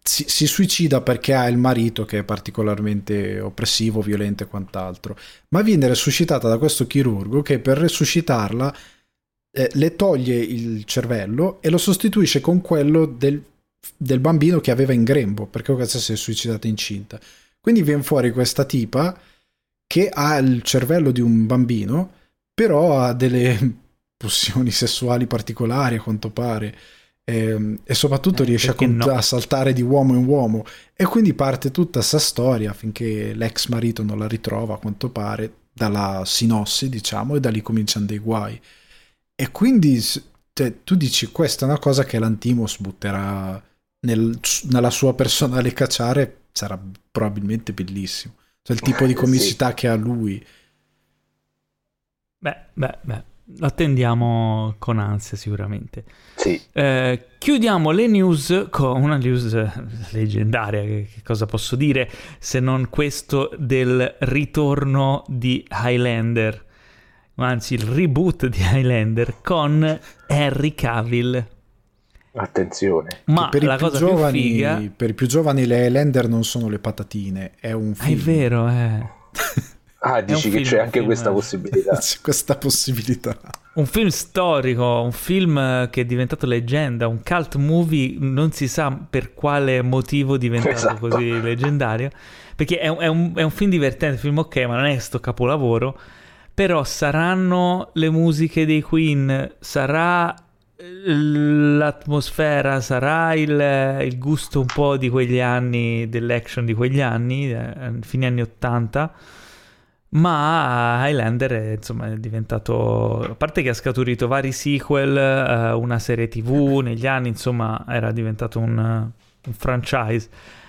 si suicida perché ha il marito che è particolarmente oppressivo, violento e quant'altro, ma viene resuscitata da questo chirurgo che per resuscitarla le toglie il cervello e lo sostituisce con quello del bambino che aveva in grembo, perché questa si è suicidata incinta. Quindi viene fuori questa tipa che ha il cervello di un bambino, però ha delle pulsioni sessuali particolari a quanto pare, e soprattutto riesce a saltare di uomo in uomo, e quindi parte tutta sta storia finché l'ex marito non la ritrova, a quanto pare, dalla sinossi, diciamo, e da lì cominciano dei guai. E quindi tu dici, questa è una cosa che l'Antimos butterà nella sua personale cacciare, sarà probabilmente bellissimo, cioè il tipo di comicità che ha lui. Beh, lo attendiamo con ansia sicuramente. Sì. Chiudiamo le news con una news leggendaria, che cosa posso dire se non questo del ritorno di Highlander, anzi il reboot di Highlander con Henry Cavill. Attenzione. Ma per la cosa giovani, più figa, per i più giovani le Highlander non sono le patatine, è un film. È vero, dici che c'è anche questa possibilità. C'è questa possibilità. Un film storico, un film che è diventato leggenda, un cult movie, non si sa per quale motivo è diventato così leggendario, perché è un film divertente, un film ok, ma non è sto capolavoro, però saranno le musiche dei Queen, sarà l'atmosfera, sarà il gusto un po' di quegli anni, dell'action di quegli anni, fine anni 80. Ma Highlander è diventato, a parte che ha scaturito vari sequel, una serie TV negli anni, insomma era diventato un franchise.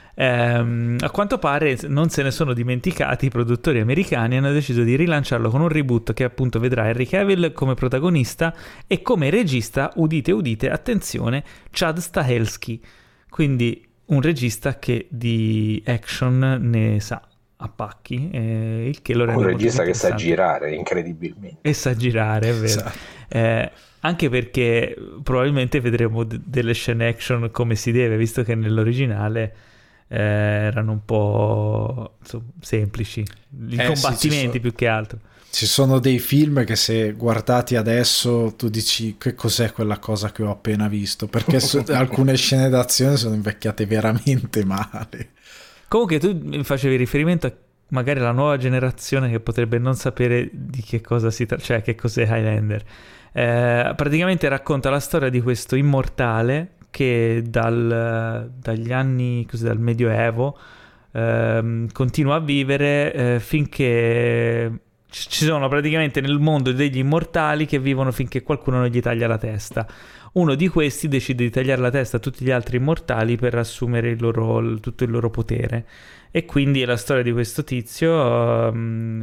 A quanto pare non se ne sono dimenticati i produttori americani, hanno deciso di rilanciarlo con un reboot che appunto vedrà Henry Cavill come protagonista e come regista, udite udite, attenzione, Chad Stahelski, quindi un regista che di action ne sa a pacchi, il che lo rende un regista che sa girare incredibilmente, e sa girare, è vero. Anche perché probabilmente vedremo delle scene action come si deve, visto che nell'originale erano un po' semplici i combattimenti, più che altro. Ci sono dei film che se guardati adesso tu dici che cos'è quella cosa che ho appena visto, perché alcune scene d'azione sono invecchiate veramente male. Comunque tu facevi riferimento a magari alla nuova generazione che potrebbe non sapere di che cosa si tratta, cioè che cos'è Highlander. Praticamente racconta la storia di questo immortale che dagli anni, così, dal Medioevo continua a vivere finché ci sono praticamente nel mondo degli immortali che vivono finché qualcuno non gli taglia la testa. Uno di questi decide di tagliare la testa a tutti gli altri immortali per assumere tutto il loro potere, e quindi è la storia di questo tizio,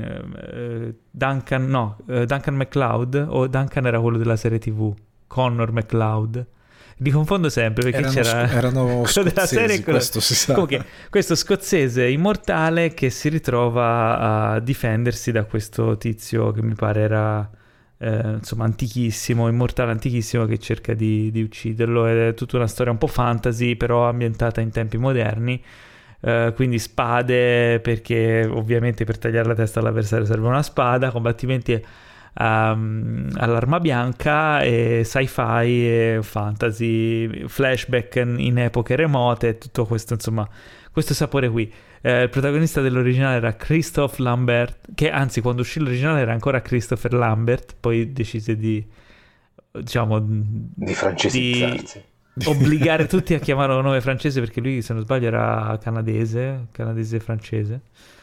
Duncan MacLeod, o Duncan era quello della serie TV, Connor MacLeod, li confondo sempre perché erano quello della serie, questo si sa. Comunque, questo scozzese immortale che si ritrova a difendersi da questo tizio che mi pare era antichissimo, immortale antichissimo, che cerca di ucciderlo. È tutta una storia un po' fantasy, però ambientata in tempi moderni, quindi spade, perché ovviamente per tagliare la testa all'avversario serve una spada, combattimenti all'arma bianca, e sci-fi e fantasy, flashback in epoche remote, tutto questo, insomma, questo sapore qui. Il protagonista dell'originale era Christoph Lambert, che anzi quando uscì l'originale era ancora Christopher Lambert, poi decise di francesizzarsi, obbligare tutti a chiamarlo nome francese, perché lui, se non sbaglio, era canadese francese.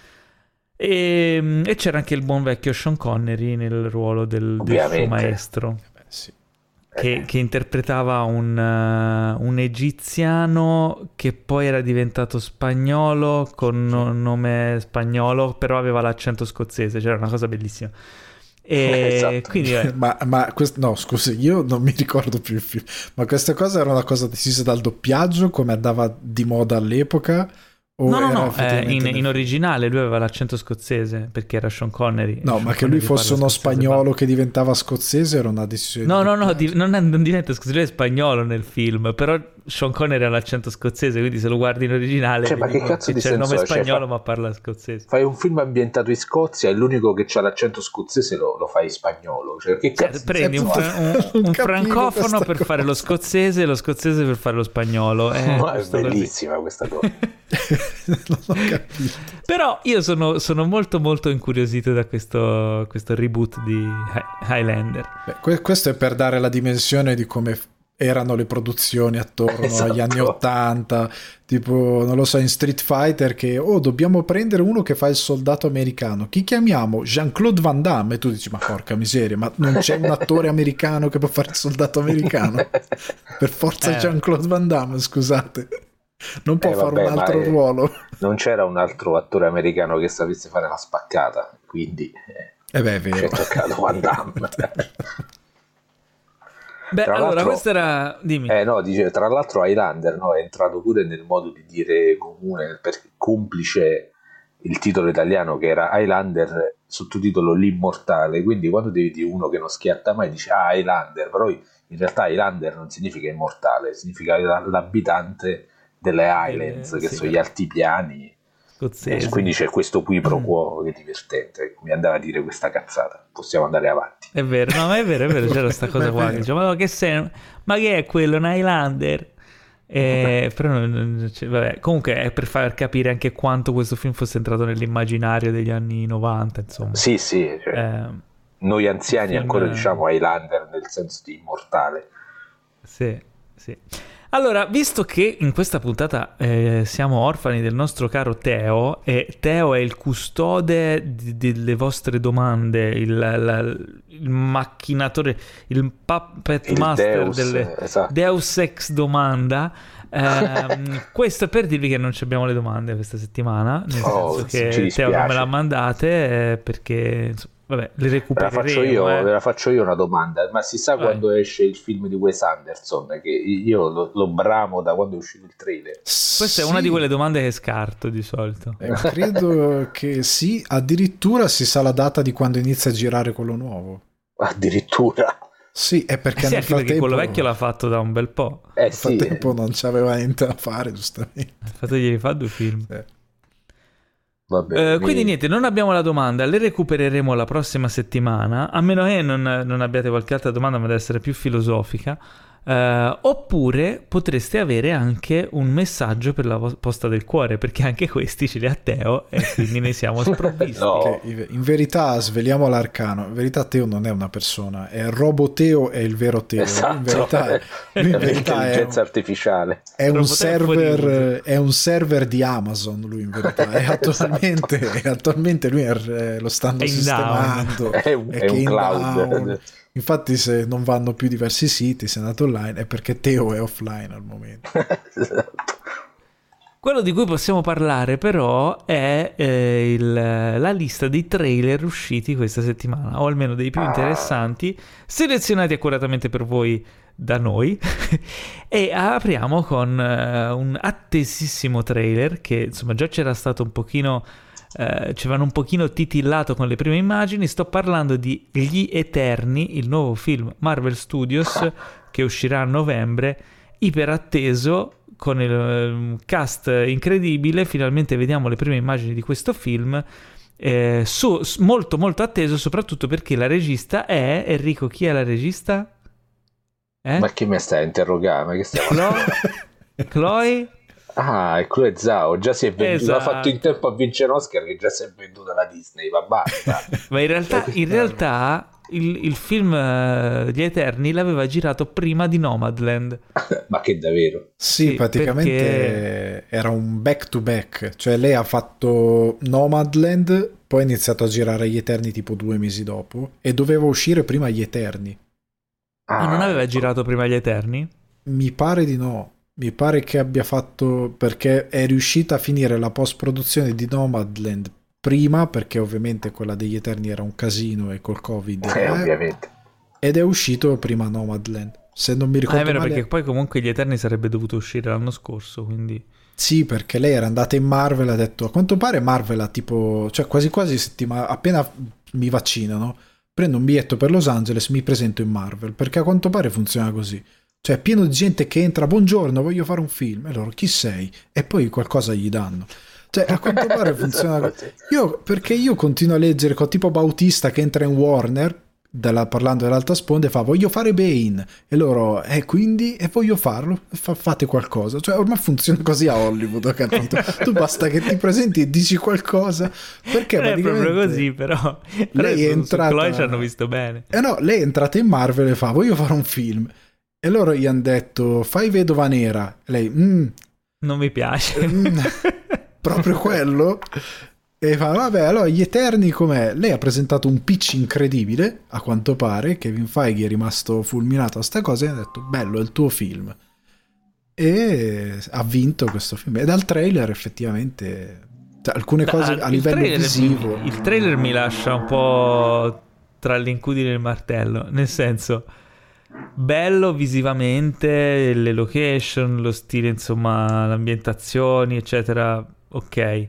E c'era anche il buon vecchio Sean Connery nel ruolo del suo maestro, che interpretava un egiziano che poi era diventato spagnolo con nome spagnolo, però aveva l'accento scozzese, c'era una cosa bellissima. E esatto. Quindi, no, scusi, io non mi ricordo più il film, ma questa cosa era una cosa decisa dal doppiaggio, come andava di moda all'epoca? No, in originale lui aveva l'accento scozzese perché era Sean Connery. No, ma che lui fosse uno spagnolo che diventava scozzese era una decisione. No, non diventa scozzese, lui è spagnolo nel film, però Sean Connery ha l'accento scozzese, quindi se lo guardi in originale ma che cazzo di c'è il nome spagnolo ma parla scozzese. Fai un film ambientato in Scozia e l'unico che c'ha l'accento scozzese lo fai in spagnolo, che cazzo prendi un francofono per fare lo scozzese e lo scozzese per fare lo spagnolo. Ma è bellissima questa cosa. Non ho capito. Però io sono molto molto incuriosito da questo reboot di Highlander. Questo è per dare la dimensione di come erano le produzioni attorno agli anni 80, tipo non lo so, in Street Fighter, che dobbiamo prendere uno che fa il soldato americano, chi chiamiamo? Jean-Claude Van Damme, e tu dici ma porca miseria, ma non c'è un attore americano che può fare il soldato americano? Per forza Jean-Claude Van Damme, scusate, non può fare un altro ruolo. Non c'era un altro attore americano che sapesse fare la spaccata, quindi è vero. C'è toccato Van Damme. Beh, allora questo era... Dimmi. Dice, tra l'altro Highlander è entrato pure nel modo di dire comune, perché complice il titolo italiano che era Highlander, sottotitolo L'Immortale, quindi quando devi dire uno che non schiatta mai dici Highlander, però in realtà Highlander non significa immortale, significa l'abitante delle Highlands, che sono gli altipiani. Quindi c'è questo qui pro quo che è divertente, mi andava a dire questa cazzata, possiamo andare avanti. È vero, no, ma è vero, c'era questa cosa qua che diciamo, ma che è quello, un Highlander? Però vabbè, comunque è per far capire anche quanto questo film fosse entrato nell'immaginario degli anni 90, insomma. Sì, cioè, noi anziani ancora diciamo Highlander nel senso di immortale. Sì. Allora, visto che in questa puntata siamo orfani del nostro caro Teo, e Teo è il custode delle vostre domande, il macchinatore, il puppet master delle Deus Ex Domanda, questo è per dirvi che non abbiamo le domande questa settimana, nel senso che Teo non me la mandate perché... Insomma, vabbè, le recupereremo. Ve la faccio io una domanda, ma si sa quando esce il film di Wes Anderson, che io lo bramo da quando è uscito il trailer? Questa è una di quelle domande che scarto di solito. Credo che sì, addirittura si sa la data di quando inizia a girare quello nuovo. Addirittura? Sì, è perché nel frattempo... perché quello vecchio l'ha fatto da un bel po'. Nel frattempo non c'aveva niente da fare, giustamente. Infatti gli fa 2 film. Vabbè, quindi niente, non abbiamo la domanda, le recupereremo la prossima settimana, a meno che non abbiate qualche altra domanda, ma deve essere più filosofica, oppure potreste avere anche un messaggio per la posta del cuore, perché anche questi ce li ha Teo e quindi ne siamo sprovvisti. In verità, sveliamo l'arcano, in verità Teo non è una persona, è Roboteo, è il vero Teo. Esatto. In verità è l'intelligenza artificiale, è un server di Amazon, lui in verità e attualmente lui lo stanno sistemando, è un cloud. Infatti se non vanno più diversi siti, se è andato online, è perché Teo è offline al momento. Esatto. Quello di cui possiamo parlare però è la lista dei trailer usciti questa settimana, o almeno dei più interessanti, selezionati accuratamente per voi da noi. E apriamo con un attesissimo trailer che insomma già c'era stato un pochino... ci avevano un pochino titillato con le prime immagini. Sto parlando di Gli Eterni, il nuovo film Marvel Studios che uscirà a novembre, iperatteso, con il cast incredibile. Finalmente vediamo le prime immagini di questo film, molto molto atteso, soprattutto perché la regista è... Enrico, chi è la regista? Ma chi mi sta a interrogare? Ma che stiamo... Chloe? Ah, Chloe Zhao già si è venduta, ha fatto in tempo a vincere Oscar, che già si è venduta la Disney, ma basta. Ma in realtà il film Gli Eterni l'aveva girato prima di Nomadland. Ma che davvero? Sì, praticamente perché... era un back to back, cioè lei ha fatto Nomadland, poi ha iniziato a girare Gli Eterni tipo 2 mesi dopo e doveva uscire prima Gli Eterni. Non aveva girato prima Gli Eterni? Mi pare di no. Mi pare che abbia fatto, perché è riuscita a finire la post-produzione di Nomadland prima, perché ovviamente quella degli Eterni era un casino e col Covid ovviamente. Ed è uscito prima Nomadland, se non mi ricordo è vero, male. perché poi comunque Gli Eterni sarebbe dovuto uscire l'anno scorso, quindi... Sì, perché lei era andata in Marvel, ha detto, a quanto pare Marvel ha tipo, cioè quasi appena mi vaccinano, prendo un biglietto per Los Angeles, mi presento in Marvel, perché a quanto pare funziona così. Cioè, è pieno di gente che entra, buongiorno, voglio fare un film. E loro, chi sei? E poi qualcosa gli danno. Cioè, a quanto pare funziona. Perché io continuo a leggere tipo Bautista che entra in Warner, parlando dell'Alta Sponda, e fa, voglio fare Bane. E loro, quindi, e voglio farlo. Fate qualcosa. Cioè, ormai funziona così a Hollywood, ho capito. Tu basta che ti presenti e dici qualcosa. Perché non è proprio così, però. Lei è entrata. Chloe ci hanno visto bene. No, lei è entrata in Marvel e fa, voglio fare un film. E loro gli hanno detto, fai Vedova Nera. E lei, non mi piace. Proprio quello? E fa, vabbè, allora gli Eterni com'è? Lei ha presentato un pitch incredibile, a quanto pare. Kevin Feige è rimasto fulminato a sta cosa e ha detto, bello, è il tuo film. E ha vinto questo film. E dal trailer effettivamente, cioè, alcune cose a livello visivo. Il trailer mi lascia un po' tra l'incudine e il martello, nel senso, bello visivamente, le location, lo stile, insomma, le ambientazioni, eccetera, ok.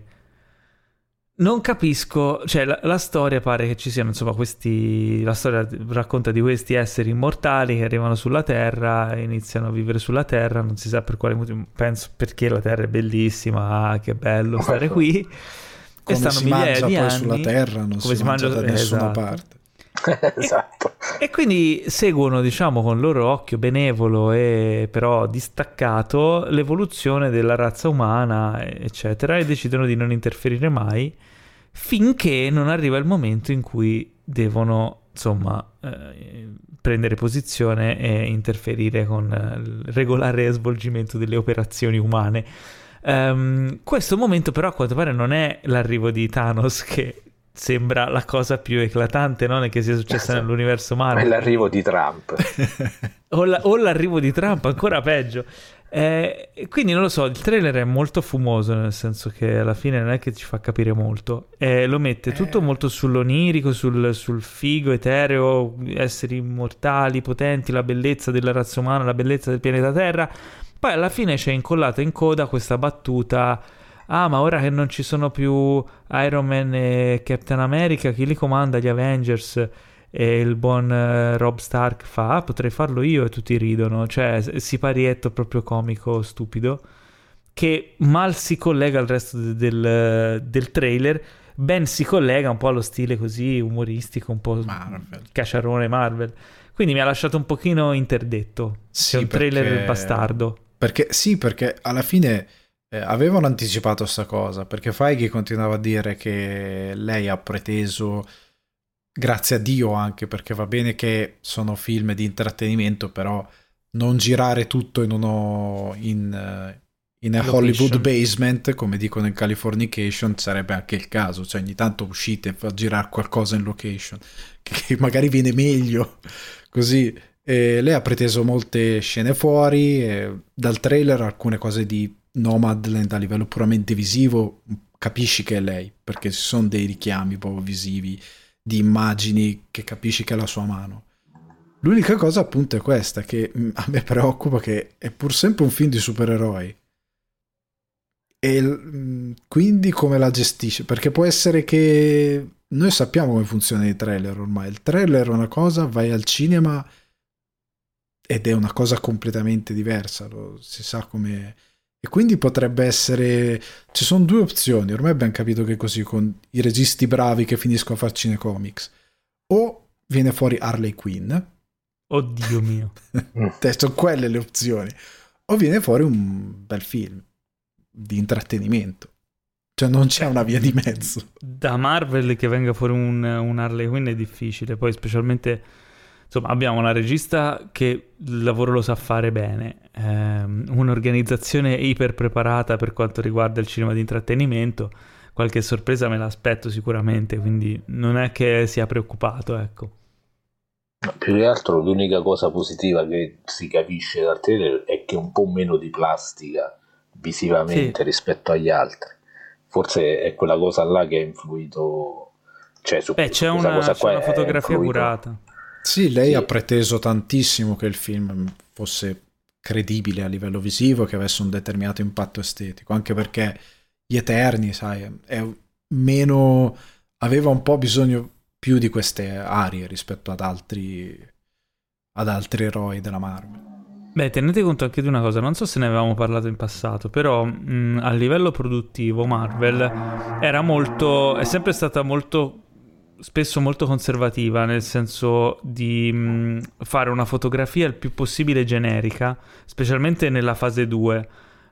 Non capisco, cioè la storia pare che ci siano, insomma, la storia racconta di questi esseri immortali che arrivano sulla Terra e iniziano a vivere sulla Terra, non si sa per quale motivo, penso perché la Terra è bellissima, che bello stare qui, come e stanno si migliaia mangia di poi anni sulla Terra, non come si mangia da nessuna parte. Esatto. E quindi seguono, diciamo, con il loro occhio benevolo e però distaccato l'evoluzione della razza umana, eccetera, e decidono di non interferire mai finché non arriva il momento in cui devono, insomma, prendere posizione e interferire con il regolare svolgimento delle operazioni umane. Questo momento però a quanto pare non è l'arrivo di Thanos, che sembra la cosa più eclatante, non è che sia successa nell'universo Marvel. È l'arrivo di Trump. o l'arrivo di Trump, ancora peggio. Quindi non lo so, il trailer è molto fumoso, nel senso che alla fine non è che ci fa capire molto. Lo mette tutto molto sull'onirico, sul figo, etereo, esseri immortali, potenti, la bellezza della razza umana, la bellezza del pianeta Terra. Poi alla fine c'è incollata in coda questa battuta: ah, ma ora che non ci sono più Iron Man e Captain America, chi li comanda? Gli Avengers? E il buon Rob Stark fa, potrei farlo io, e tutti ridono. Cioè, siparietto proprio comico, stupido, che mal si collega al resto del trailer, ben si collega un po' allo stile così umoristico, un po' Marvel. Cacciarone Marvel. Quindi mi ha lasciato un pochino interdetto. Sì, è un trailer bastardo. Perché alla fine avevano anticipato sta cosa, perché Feige continuava a dire che lei ha preteso, grazie a Dio anche, perché va bene che sono film di intrattenimento, però non girare tutto in Hollywood basement, come dicono in Californication, sarebbe anche il caso. Cioè ogni tanto uscite e fa girare qualcosa in location che magari viene meglio così. E lei ha preteso molte scene fuori, e dal trailer alcune cose di Nomadland a livello puramente visivo capisci che è lei, perché ci sono dei richiami proprio visivi di immagini che capisci che è la sua mano. L'unica cosa appunto è questa, che a me preoccupa, che è pur sempre un film di supereroi, e quindi come la gestisce, perché può essere che noi sappiamo come funziona i trailer ormai. Il trailer è una cosa, vai al cinema ed è una cosa completamente diversa, si sa come. E quindi potrebbe essere, ci sono due opzioni, ormai abbiamo capito che è così con i registi bravi che finiscono a far cinecomics: o viene fuori Harley Quinn, oddio mio, sono quelle le opzioni, o viene fuori un bel film di intrattenimento. Cioè non c'è una via di mezzo. Da Marvel che venga fuori un Harley Quinn è difficile, poi specialmente, insomma, abbiamo una regista che il lavoro lo sa fare bene, un'organizzazione iper preparata per quanto riguarda il cinema di intrattenimento. Qualche sorpresa me l'aspetto sicuramente, quindi non è che sia preoccupato, ecco. No, più che altro l'unica cosa positiva che si capisce dal trailer è che è un po' meno di plastica visivamente, sì, rispetto agli altri. Forse è quella cosa là che ha influito, cioè su c'è una fotografia curata. Sì, lei ha preteso tantissimo che il film fosse credibile a livello visivo, che avesse un determinato impatto estetico, anche perché Gli Eterni, sai, aveva un po' bisogno più di queste arie rispetto ad altri eroi della Marvel. Beh, tenete conto anche di una cosa, non so se ne avevamo parlato in passato, però a livello produttivo Marvel è sempre stata spesso molto conservativa, nel senso di fare una fotografia il più possibile generica, specialmente nella fase 2,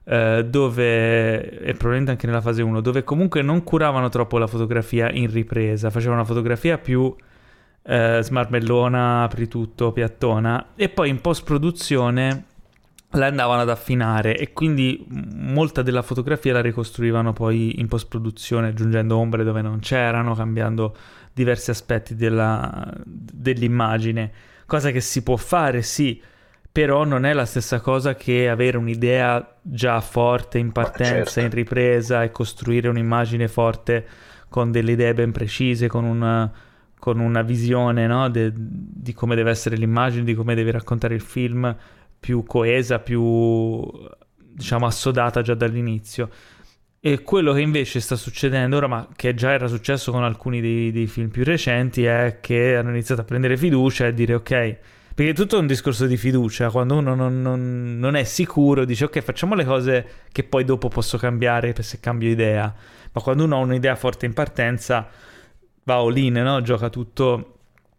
dove, e probabilmente anche nella fase 1, dove comunque non curavano troppo la fotografia in ripresa, facevano una fotografia più smarmellona, apri tutto, piattona, e poi in post-produzione la andavano ad affinare e quindi molta della fotografia la ricostruivano poi in post-produzione, aggiungendo ombre dove non c'erano, cambiando diversi aspetti dell'immagine, cosa che si può fare, sì, però non è la stessa cosa che avere un'idea già forte in partenza, certo, in ripresa, e costruire un'immagine forte con delle idee ben precise, con una visione, no, di come deve essere l'immagine, di come deve raccontare il film, più coesa, più, diciamo, assodata già dall'inizio. E quello che invece sta succedendo ora, ma che già era successo con alcuni dei film più recenti, è che hanno iniziato a prendere fiducia e dire ok, perché è tutto un discorso di fiducia, quando uno non è sicuro dice ok, facciamo le cose che poi dopo posso cambiare se cambio idea, ma quando uno ha un'idea forte in partenza va all in, no? Gioca tutto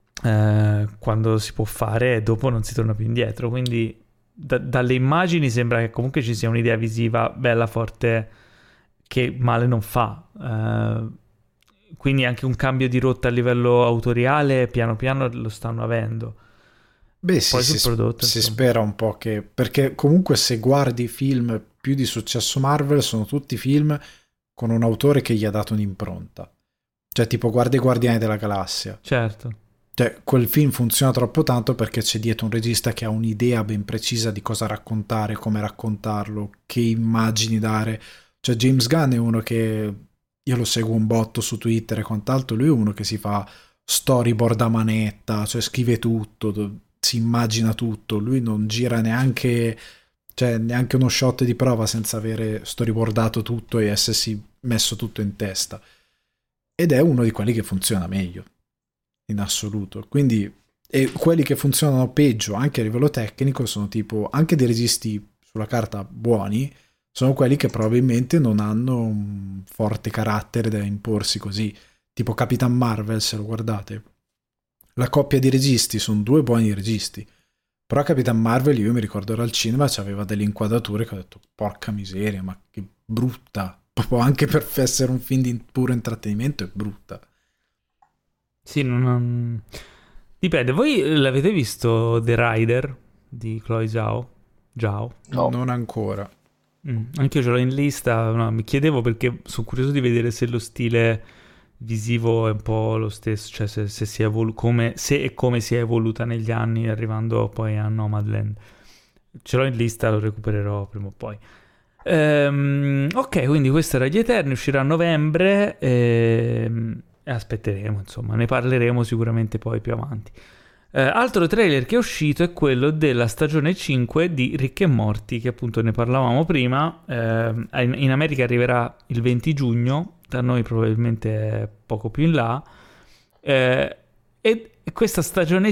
quando si può fare e dopo non si torna più indietro, quindi dalle immagini sembra che comunque ci sia un'idea visiva bella, forte, che male non fa, quindi anche un cambio di rotta a livello autoriale piano piano lo stanno avendo. Beh sì, si spera un po' che, perché comunque se guardi i film più di successo Marvel sono tutti film con un autore che gli ha dato un'impronta, cioè tipo guardi Guardiani della Galassia, certo, cioè quel film funziona troppo tanto perché c'è dietro un regista che ha un'idea ben precisa di cosa raccontare, come raccontarlo, che immagini dare. Cioè James Gunn è uno che io lo seguo un botto su Twitter e quant'altro, lui è uno che si fa storyboard a manetta, cioè scrive tutto, si immagina tutto, lui non gira neanche uno shot di prova senza avere storyboardato tutto e essersi messo tutto in testa, ed è uno di quelli che funziona meglio in assoluto. Quindi, e quelli che funzionano peggio anche a livello tecnico sono tipo, anche dei registi sulla carta buoni, sono quelli che probabilmente non hanno un forte carattere da imporsi così, tipo Capitan Marvel, se lo guardate, la coppia di registi sono due buoni registi, però Capitan Marvel io mi ricordo era al cinema, c'aveva delle inquadrature che ho detto porca miseria, ma che brutta, proprio anche per essere un film di puro intrattenimento è brutta. Sì, dipende. Voi l'avete visto The Rider di Chloe Zhao? No, non ancora. Anche io ce l'ho in lista, no, mi chiedevo perché sono curioso di vedere se lo stile visivo è un po' lo stesso, cioè se si è come si è evoluta negli anni arrivando poi a Nomadland. Ce l'ho in lista, lo recupererò prima o poi. Ok, quindi questo era Gli Eterni, uscirà a novembre e aspetteremo, insomma, ne parleremo sicuramente poi più avanti. Altro trailer che è uscito è quello della stagione 5 di Rick e Morty, che appunto ne parlavamo prima. In America arriverà il 20 giugno, da noi probabilmente poco più in là, e questa stagione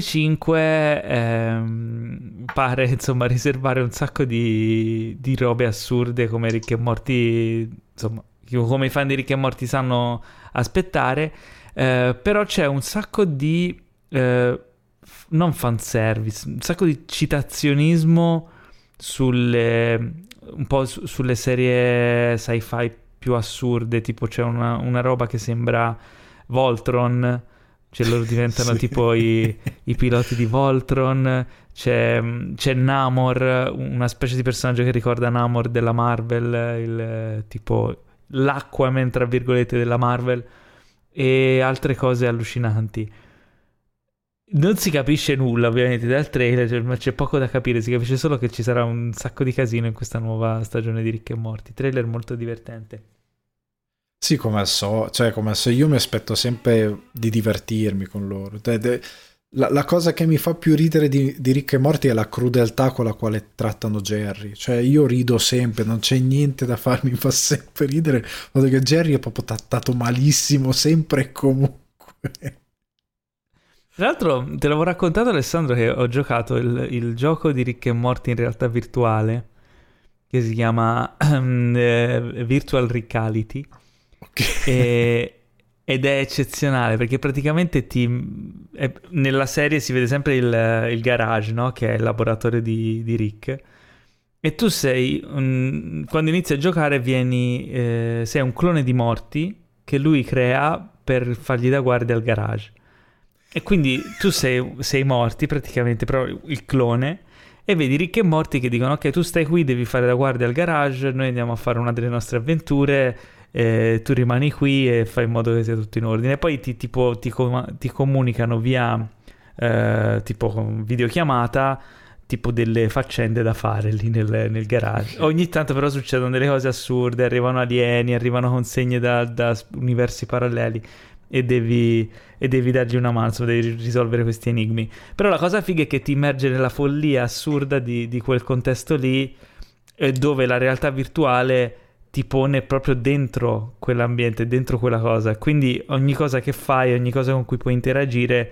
5 pare insomma riservare un sacco di robe assurde come Rick e Morty, insomma, come i fan di Rick e Morty sanno aspettare, però c'è un sacco di non fanservice, un sacco di citazionismo un po' sulle serie sci-fi più assurde, tipo c'è una roba che sembra Voltron, cioè loro diventano tipo i piloti di Voltron, c'è Namor, una specie di personaggio che ricorda Namor della Marvel, tipo l'Aquaman tra virgolette della Marvel, e altre cose allucinanti. Non si capisce nulla ovviamente dal trailer, ma c'è poco da capire, si capisce solo che ci sarà un sacco di casino in questa nuova stagione di Rick e Morty. Trailer molto divertente. Sì, come al solito, io mi aspetto sempre di divertirmi con loro. La cosa che mi fa più ridere di Rick e Morty è la crudeltà con la quale trattano Jerry. Cioè io rido sempre, non c'è niente da farmi, mi fa sempre ridere, perché Jerry è proprio trattato malissimo sempre e comunque. Tra l'altro te l'avevo raccontato, Alessandro, che ho giocato il gioco di Rick e Morty in realtà virtuale, che si chiama Virtual Reality. Okay. Ed è eccezionale perché praticamente nella serie si vede sempre il garage, no? Che è il laboratorio di Rick. E tu quando inizi a giocare sei un clone di Morty che lui crea per fargli da guardia al garage. E quindi tu sei Morty praticamente, però il clone, e vedi Rick e Morty che dicono: ok, tu stai qui, devi fare da guardia al garage, noi andiamo a fare una delle nostre avventure, tu rimani qui e fai in modo che sia tutto in ordine. E poi ti comunicano via tipo con videochiamata, tipo delle faccende da fare lì nel garage. Ogni tanto però succedono delle cose assurde, arrivano alieni, arrivano consegne da universi paralleli e devi dargli una mano, insomma, devi risolvere questi enigmi. Però la cosa figa è che ti immerge nella follia assurda di quel contesto lì, dove la realtà virtuale ti pone proprio dentro quell'ambiente, dentro quella cosa. Quindi ogni cosa che fai, ogni cosa con cui puoi interagire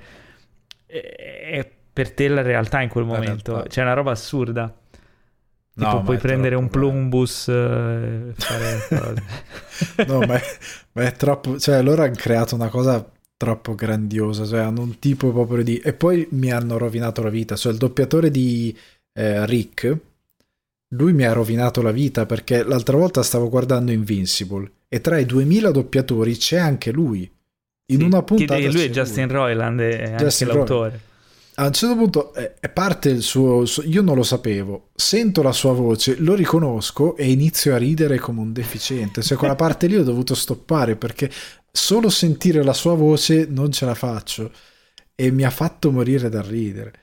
è per te la realtà in quel momento. C'è una roba assurda. Tipo puoi prendere un plumbus e fare cose. No, ma è troppo... Cioè, loro hanno creato una cosa troppo grandiosa. Cioè, hanno un tipo proprio di... E poi mi hanno rovinato la vita. Cioè, il doppiatore di Rick, lui mi ha rovinato la vita perché l'altra volta stavo guardando Invincible e tra i 2000 doppiatori c'è anche lui. In una puntata lui è Justin Roiland, è anche l'autore. A un certo punto parte il suo... Io non lo sapevo, sento la sua voce, lo riconosco e inizio a ridere come un deficiente. Cioè quella parte lì ho dovuto stoppare perché solo sentire la sua voce non ce la faccio e mi ha fatto morire dal ridere.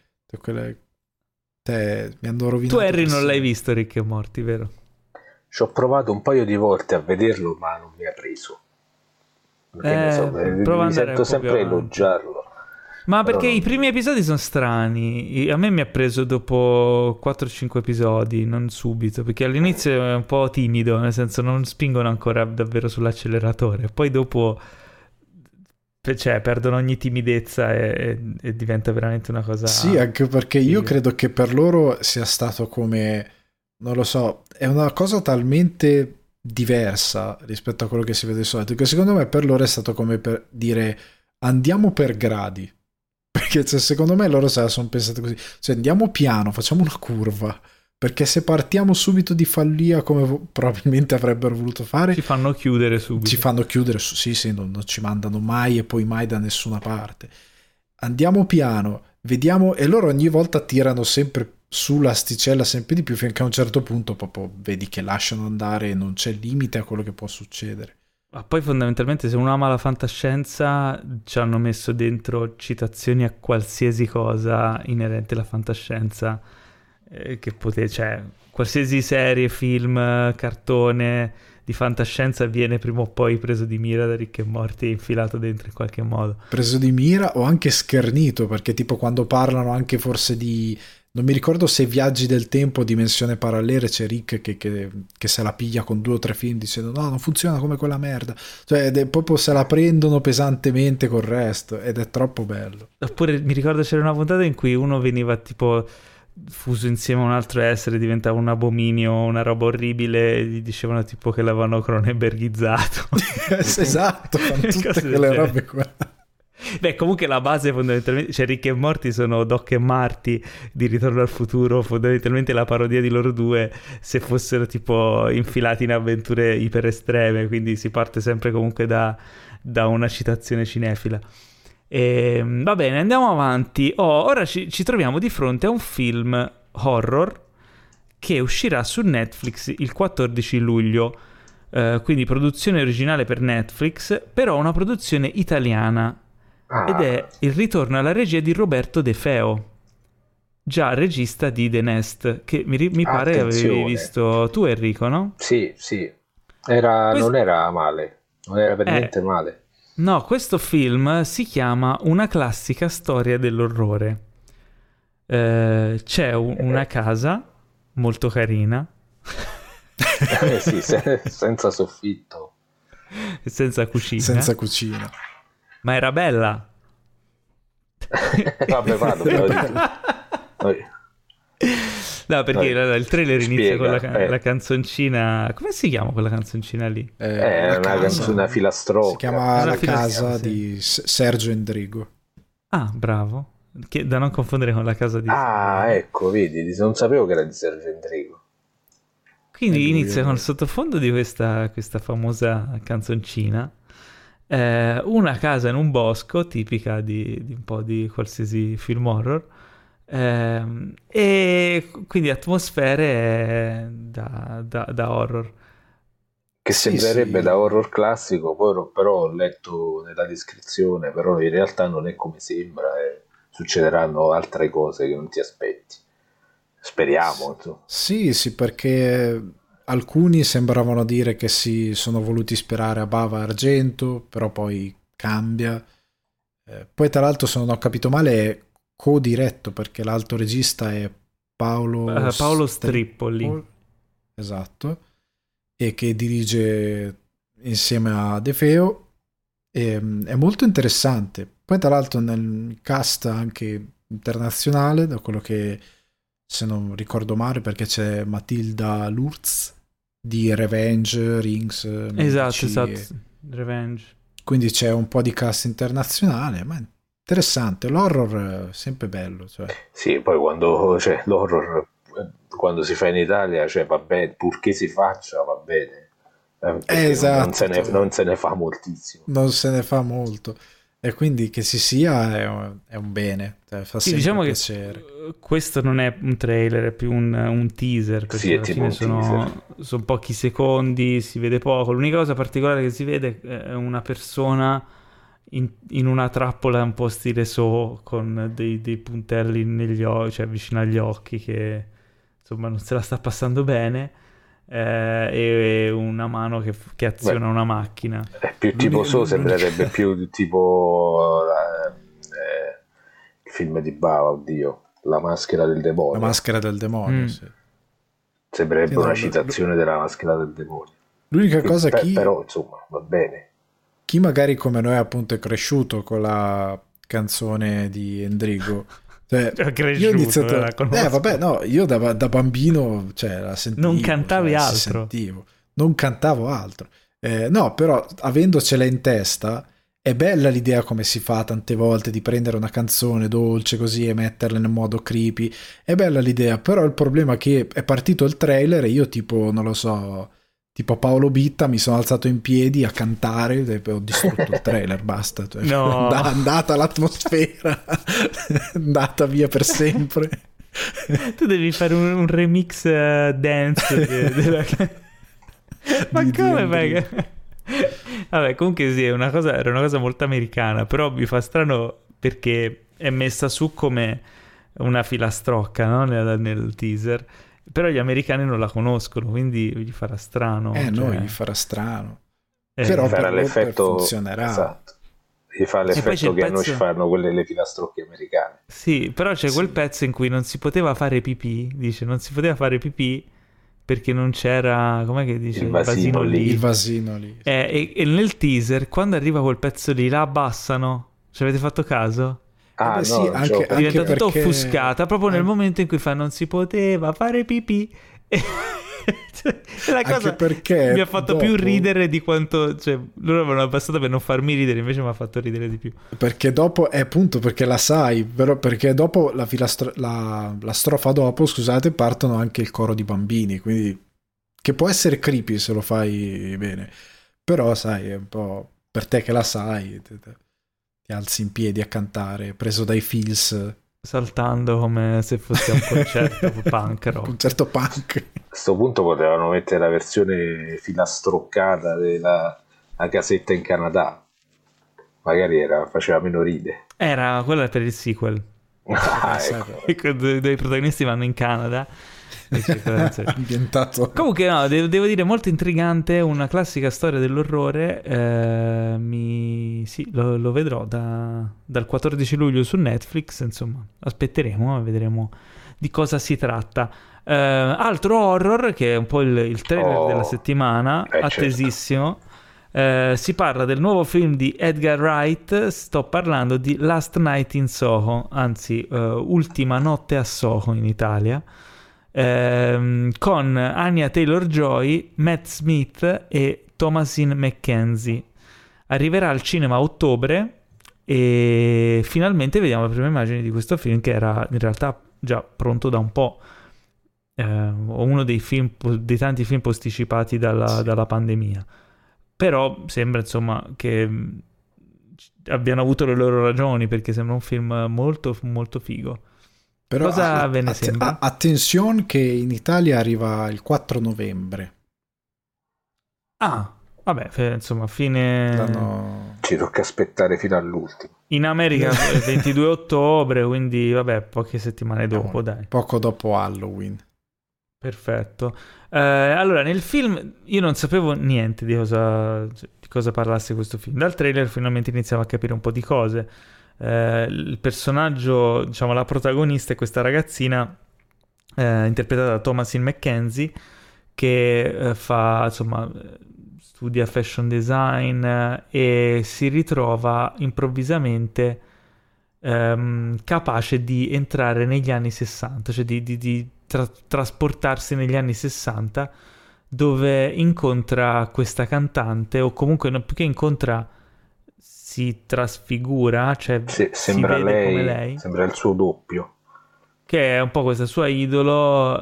Mi hanno rovinato. Tu Harry non l'hai visto Rick e Morty, vero? Ci ho provato un paio di volte a vederlo ma non mi ha preso. Mi sento sempre elogiarlo. Ma perché i primi episodi sono strani. A me mi ha preso dopo 4-5 episodi, non subito, perché all'inizio è un po' timido, nel senso non spingono ancora davvero sull'acceleratore. Poi dopo perdono ogni timidezza e diventa veramente una cosa... Sì, anche perché io credo che per loro sia stato come... Non lo so, è una cosa talmente diversa rispetto a quello che si vede di solito, che secondo me per loro è stato come per dire andiamo per gradi. Perché secondo me loro se la sono pensate così, cioè andiamo piano, facciamo una curva, perché se partiamo subito di follia come probabilmente avrebbero voluto fare ci fanno chiudere subito, sì, non ci mandano mai e poi mai da nessuna parte. Andiamo piano, vediamo, e loro ogni volta tirano sempre sull'asticella sempre di più finché a un certo punto proprio vedi che lasciano andare e non c'è limite a quello che può succedere. Ma poi fondamentalmente se uno ama la fantascienza ci hanno messo dentro citazioni a qualsiasi cosa inerente alla fantascienza cioè qualsiasi serie, film, cartone di fantascienza viene prima o poi preso di mira da Rick e Morty e infilato dentro in qualche modo. Preso di mira o anche schernito, perché tipo quando parlano anche forse di... Non mi ricordo se Viaggi del tempo o Dimensione parallele c'è Rick che se la piglia con 2 o 3 film dicendo no, non funziona come quella merda, cioè proprio se la prendono pesantemente col resto ed è troppo bello. Oppure mi ricordo c'era una puntata in cui uno veniva tipo fuso insieme a un altro essere, diventava un abominio, una roba orribile, e gli dicevano tipo che l'avevano cronenberghizzato. Esatto, fanno tutte quelle robe qua. Beh, comunque la base fondamentalmente, cioè Rick e Morty sono Doc e Marty di Ritorno al futuro, fondamentalmente la parodia di loro due se fossero tipo infilati in avventure iper estreme, quindi si parte sempre comunque da una citazione cinefila. Va bene, andiamo avanti. Ora ci troviamo di fronte a un film horror che uscirà su Netflix il 14 luglio, quindi produzione originale per Netflix, però una produzione italiana. Ed è il ritorno alla regia di Roberto De Feo, già regista di The Nest, che mi pare avevi visto tu, Enrico, no? Sì, non era male, non era per niente male. No, questo film si chiama Una classica storia dell'orrore. C'è una casa molto carina. Sì, senza soffitto. Senza cucina. Ma era bella. Vabbè, vado, No, perché il trailer inizia con la canzoncina. Come si chiama quella canzoncina lì? È una canzone filastrocca. Si chiama La casa di Sergio Endrigo. Ah, bravo. Da non confondere con La casa di ecco, vedi, non sapevo che era di Sergio Endrigo. Quindi inizia con il sottofondo di questa famosa canzoncina. Una casa in un bosco, tipica di un po' di qualsiasi film horror. E quindi atmosfere da horror. Che sembrerebbe da horror classico, però ho letto nella descrizione, però in realtà non è come sembra e succederanno altre cose che non ti aspetti. Speriamo. Sì, perché alcuni sembravano dire che si sono voluti ispirare a Bava Argento, però poi cambia. Poi tra l'altro, se non ho capito male, è co-diretto, perché l'altro regista è Paolo Strippoli. Esatto. E che dirige insieme a De Feo. È molto interessante. Poi tra l'altro nel cast anche internazionale, da quello che, se non ricordo male, perché c'è Matilda Lurz di Revenge, Rings, esatto, Revenge. Quindi c'è un po' di cast internazionale, ma interessante. L'horror è sempre bello, cioè. Sì, poi l'horror quando si fa in Italia, va bene, purché si faccia, va bene. Esatto. Non se ne fa moltissimo. Non se ne fa molto. E quindi che ci sia è un bene, fa sempre diciamo piacere. Che questo non è un trailer, è più un teaser, perché sì, alla fine sono pochi secondi, si vede poco. L'unica cosa particolare che si vede è una persona in una trappola un po' stile Saw, con dei puntelli negli occhi, cioè vicino agli occhi, che insomma non se la sta passando bene. E una mano che aziona una macchina. È più tipo sembrerebbe più tipo il film di Bava, oddio, La maschera del demonio. La maschera del demonio, sì. Sembrerebbe una citazione della maschera del demonio. L'unica cosa però insomma va bene. Chi magari come noi appunto è cresciuto con la canzone di Endrigo, cioè, io ho iniziato io da bambino, cioè, la sentivo, non cantavi altro. Non cantavo altro, no, però avendocela in testa è bella l'idea, come si fa tante volte, di prendere una canzone dolce così e metterla in modo creepy. È bella l'idea, però il problema è che è partito il trailer e io tipo, non lo so, tipo Paolo Bitta mi sono alzato in piedi a cantare e ho distrutto il trailer, basta, cioè, no. andata l'atmosfera, andata via per sempre. Tu devi fare un remix dance ma come fai? Vabbè, comunque sì, era una cosa molto americana, però mi fa strano perché è messa su come una filastrocca, no? nel teaser. Però gli americani non la conoscono, quindi gli farà strano. No, gli farà strano. Però farà l'effetto, funzionerà. Esatto. Gli fa l'effetto che noi ci fanno quelle le filastrocche americane. Sì, però c'è quel pezzo in cui non si poteva fare pipì, dice, non si poteva fare pipì perché non c'era, com'è che dice? Il vasino lì. Il vasino lì. E nel teaser, quando arriva quel pezzo lì, la abbassano. Ci avete fatto caso? No, sì, anche diventa perché... tutto offuscata proprio nel momento in cui fa non si poteva fare pipì. La cosa perché mi ha fatto più ridere di quanto, cioè, loro avevano abbassato per non farmi ridere, invece mi ha fatto ridere di più. Perché dopo è appunto perché la sai, però perché dopo la strofa dopo, scusate, partono anche il coro di bambini, quindi che può essere creepy se lo fai bene, però sai, è un po' per te che la sai, ti alzi in piedi a cantare, preso dai feels, saltando come se fosse un concerto punk rock. Concerto punk. A questo punto potevano mettere la versione filastroccata della casetta in Canada, magari faceva meno ride. Quella per il sequel. Ecco. Dove i protagonisti vanno in Canada. Ambientato. Comunque no, devo dire molto intrigante, una classica storia dell'orrore. Lo vedrò dal 14 luglio su Netflix, insomma aspetteremo e vedremo di cosa si tratta. Altro horror che è un po' il trailer della settimana, attesissimo, Si parla del nuovo film di Edgar Wright, sto parlando di Last Night in Soho, anzi Ultima notte a Soho in Italia, con Anya Taylor-Joy, Matt Smith e Thomasin McKenzie. Arriverà al cinema a ottobre e finalmente vediamo le prime immagini di questo film, che era in realtà già pronto da un po', uno dei tanti film posticipati dalla pandemia. Però sembra insomma che abbiano avuto le loro ragioni, perché sembra un film molto molto figo. Però cosa ve ne sembra? Attenzione che in Italia arriva il 4 novembre. Vabbè, insomma, fine... Ci tocca aspettare fino all'ultimo. In America il 22 ottobre, quindi vabbè, poche settimane dopo, dai. Poco dopo Halloween. Perfetto. Allora, nel film io non sapevo niente di cosa parlasse questo film. Dal trailer finalmente iniziamo a capire un po' di cose. Il personaggio, diciamo la protagonista è questa ragazzina interpretata da Thomasin McKenzie, che studia fashion design e si ritrova improvvisamente capace di entrare negli anni 60, cioè di trasportarsi negli anni 60, dove incontra questa cantante, o comunque più che incontra, si trasfigura, cioè sembra si vede lei, come lei, sembra il suo doppio, che è un po' questa sua idolo,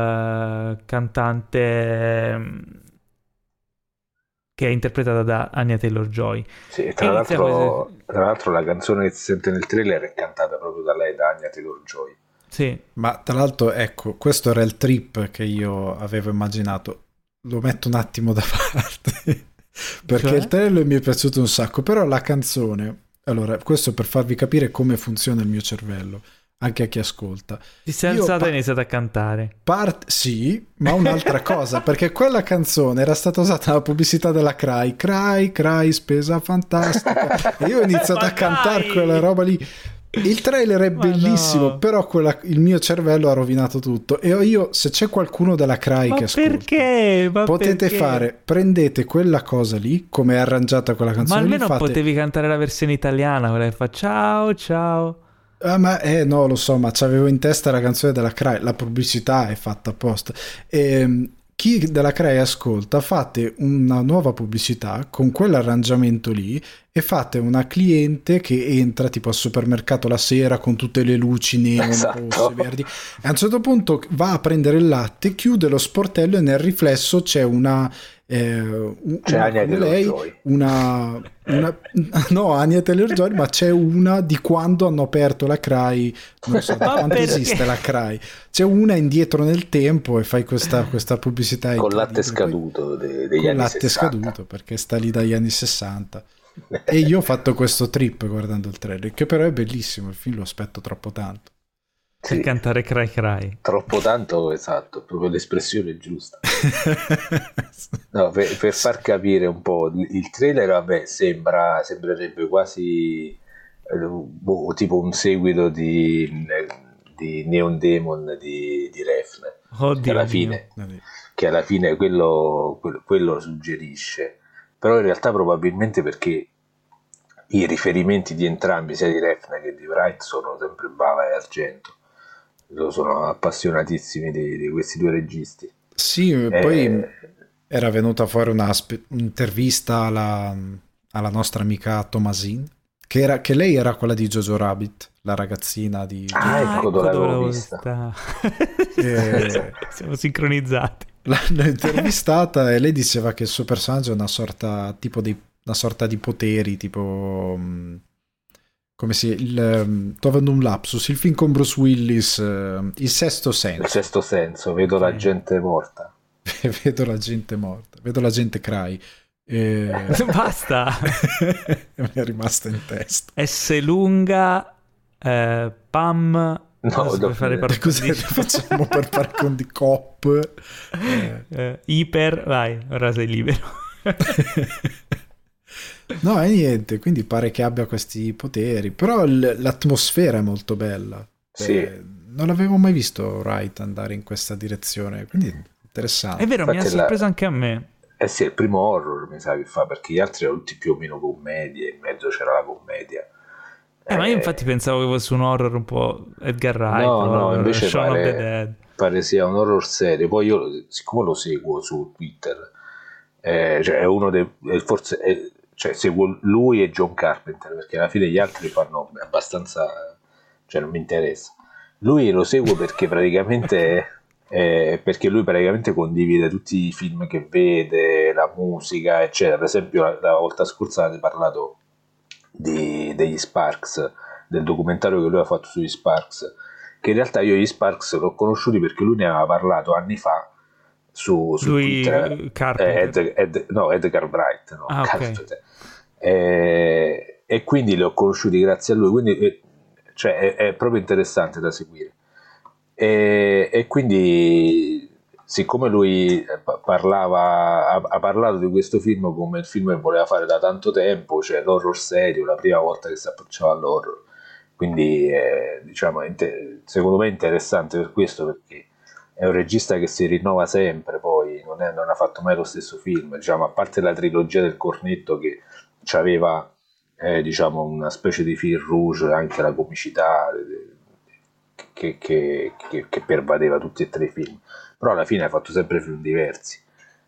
cantante, che è interpretata da Anya Taylor-Joy. Sì, tra l'altro la canzone che si sente nel trailer è cantata proprio da lei, da Anya Taylor-Joy. Sì. Ma tra l'altro, ecco, questo era il trip che io avevo immaginato. Lo metto un attimo da parte perché il trailer mi è piaciuto un sacco, però la canzone, allora, questo per farvi capire come funziona il mio cervello, anche a chi ascolta. Ti sei alzata e hai iniziato a cantare. Sì, ma un'altra cosa, perché quella canzone era stata usata nella pubblicità della Cry, spesa fantastica, e io ho iniziato a cantare quella roba lì. Il trailer è bellissimo, no. Però il mio cervello ha rovinato tutto. E io, se c'è qualcuno della Cry che ascolta, perché? Potete fare, prendete quella cosa lì, come è arrangiata quella canzone. Ma almeno potevi cantare la versione italiana, quella che fa ciao ciao. No, lo so, ma c'avevo in testa la canzone della Cry, la pubblicità è fatta apposta. Chi della Cray ascolta, fate una nuova pubblicità con quell'arrangiamento lì e fate una cliente che entra tipo al supermercato la sera con tutte le luci neon, rosse, verdi, e a un certo punto va a prendere il latte, chiude lo sportello e nel riflesso c'è Ania Taylor-Joy, no, Ania Taylor-Joy, ma c'è una di quando hanno aperto la Cray, non so da quanto esiste la Cray, c'è una indietro nel tempo e fai questa pubblicità con latte scaduto degli anni 60, scaduto perché sta lì dagli anni 60. E io ho fatto questo trip guardando il trailer, che però è bellissimo, il film lo aspetto troppo tanto. Per cantare Cry Cry. Troppo tanto, esatto, proprio l'espressione giusta. No, per far capire un po', il trailer, vabbè, sembrerebbe quasi tipo un seguito di Neon Demon di Refn, che alla fine quello suggerisce. Però in realtà probabilmente perché i riferimenti di entrambi, sia di Refn che di Wright, sono sempre bava e argento. Loro sono appassionatissimi di questi due registi. Sì, poi era venuta fuori un'intervista alla nostra amica Thomasin, che lei era quella di Jojo Rabbit, la ragazzina di ecco dove l'avevo vista. Siamo sincronizzati. L'ho intervistata e lei diceva che il suo personaggio è una sorta di poteri, tipo come sto avendo un lapsus, il film con Bruce Willis, Il Sesto Senso. Vedo la gente morta. Vedo la gente Cry. Basta. Mi è rimasta in testa. S lunga, Pam. No, cos'è che facciamo per par con di cop? Iper, vai, ora sei libero. No, e niente, quindi pare che abbia questi poteri, però l'atmosfera è molto bella. Sì. Non avevo mai visto Wright andare in questa direzione, quindi interessante. È vero, mi ha sorpreso anche a me. Eh sì, è il primo horror mi sa che fa, perché gli altri erano tutti più o meno commedie, in mezzo c'era la commedia. Ma io infatti pensavo che fosse un horror un po' Edgar Wright, No, invece Shaun of the Dead. pare sia un horror serio. Poi io, siccome lo seguo su Twitter, cioè è uno dei, forse cioè seguo lui e John Carpenter, perché alla fine gli altri fanno abbastanza, cioè non mi interessa. Lui lo seguo perché praticamente perché lui praticamente condivide tutti i film che vede, la musica, eccetera. Per esempio la volta scorsa avete parlato degli Sparks, del documentario che lui ha fatto sugli Sparks, che in realtà io gli Sparks l'ho conosciuti perché lui ne aveva parlato anni fa su lui, Twitter. Edgar Wright, no, okay. E quindi li ho conosciuti grazie a lui, quindi cioè, è proprio interessante da seguire. E quindi, siccome lui ha parlato di questo film come il film che voleva fare da tanto tempo, cioè l'horror serio, la prima volta che si approcciava all'horror, quindi diciamo, secondo me è interessante per questo, perché è un regista che si rinnova sempre, poi non ha fatto mai lo stesso film, diciamo, a parte la trilogia del Cornetto che aveva diciamo una specie di fil rouge, anche la comicità che pervadeva tutti e tre i film, però alla fine ha fatto sempre film diversi.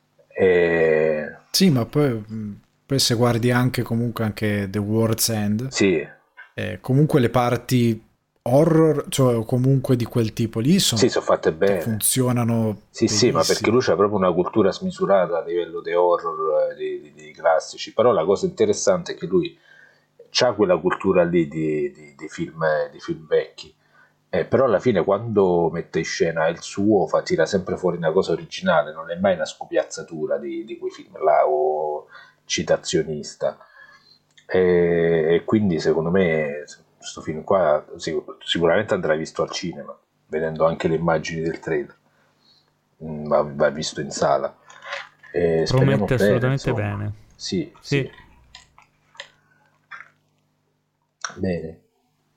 Sì, ma poi se guardi anche comunque anche The World's End, sì, comunque le parti horror, cioè comunque di quel tipo lì sono fatte bene, funzionano sì, ma perché lui c'ha proprio una cultura smisurata a livello di horror, di classici. Però la cosa interessante è che lui c'ha quella cultura lì di film vecchi, però alla fine quando mette in scena il suo tira sempre fuori una cosa originale, non è mai una scopiazzatura di quei film là o citazionista, e quindi secondo me questo film qua sicuramente andrà visto al cinema, vedendo anche le immagini del trailer, va visto in sala, promette assolutamente bene. Sì. Bene,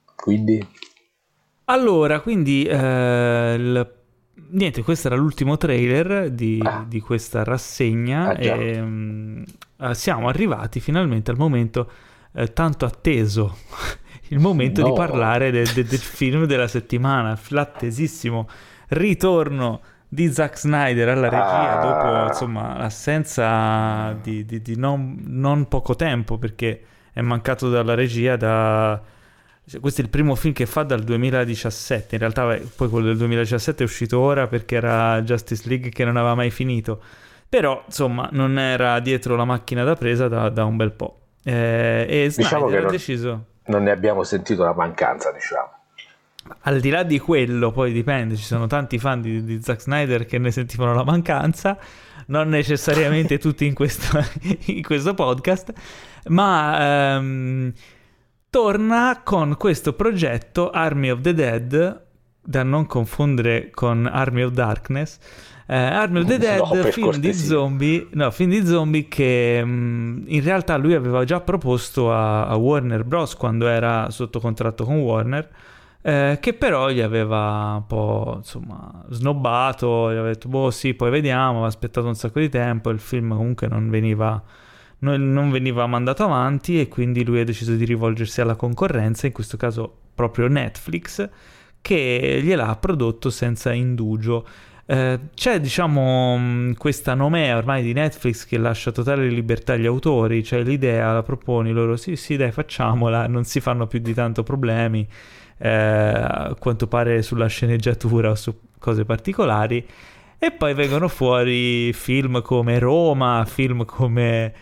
quindi niente, questo era l'ultimo trailer di questa rassegna e siamo arrivati finalmente al momento tanto atteso, il momento di parlare del film della settimana, l'attesissimo ritorno di Zack Snyder alla regia dopo insomma l'assenza di non poco tempo, perché è mancato dalla regia questo è il primo film che fa dal 2017, in realtà poi quello del 2017 è uscito ora perché era Justice League che non aveva mai finito, però insomma non era dietro la macchina da presa da un bel po', e diciamo Snyder che ha deciso, non ne abbiamo sentito la mancanza, diciamo. Al di là di quello, poi dipende, ci sono tanti fan di Zack Snyder che ne sentivano la mancanza, non necessariamente tutti in questo podcast, ma torna con questo progetto Army of the Dead, da non confondere con Army of Darkness. Army of the Dead, film di zombie che in realtà lui aveva già proposto a Warner Bros. Quando era sotto contratto con Warner, che però gli aveva un po' insomma snobbato, gli aveva detto boh sì, poi vediamo, aveva aspettato un sacco di tempo, il film comunque non veniva mandato avanti, e quindi lui ha deciso di rivolgersi alla concorrenza, in questo caso proprio Netflix, che gliel'ha prodotto senza indugio. C'è diciamo questa nomea ormai di Netflix che lascia totale libertà agli autori, cioè l'idea la proponi loro, sì dai facciamola, non si fanno più di tanto problemi, a quanto pare sulla sceneggiatura o su cose particolari, e poi vengono fuori film come Roma, film come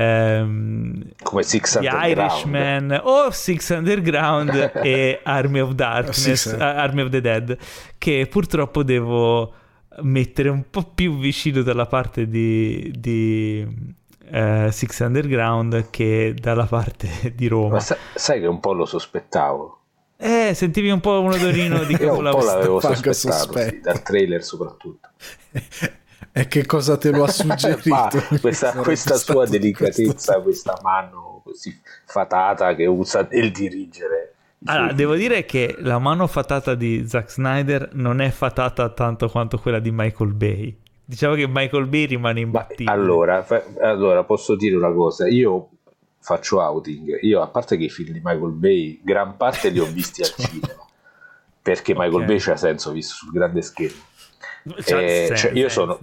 Six The Irishman o Six Underground e Army of Darkness, Army of the Dead, che purtroppo devo mettere un po' più vicino dalla parte di Six Underground che dalla parte di Roma. Ma sai che un po' lo sospettavo. Sentivi un po' un odorino di capolavoro. Un po' l'avevo sospettato, sì, dal trailer soprattutto. E che cosa te lo ha suggerito? questa sua delicatezza, questa mano così fatata che usa nel dirigere. Allora, devo dire che la mano fatata di Zack Snyder non è fatata tanto quanto quella di Michael Bay. diciamo che Michael Bay rimane imbattibile. Allora posso dire una cosa, io faccio outing, io a parte che i film di Michael Bay gran parte li ho visti al cinema, perché Michael Bay c'ha senso visto sul grande schermo. Io sono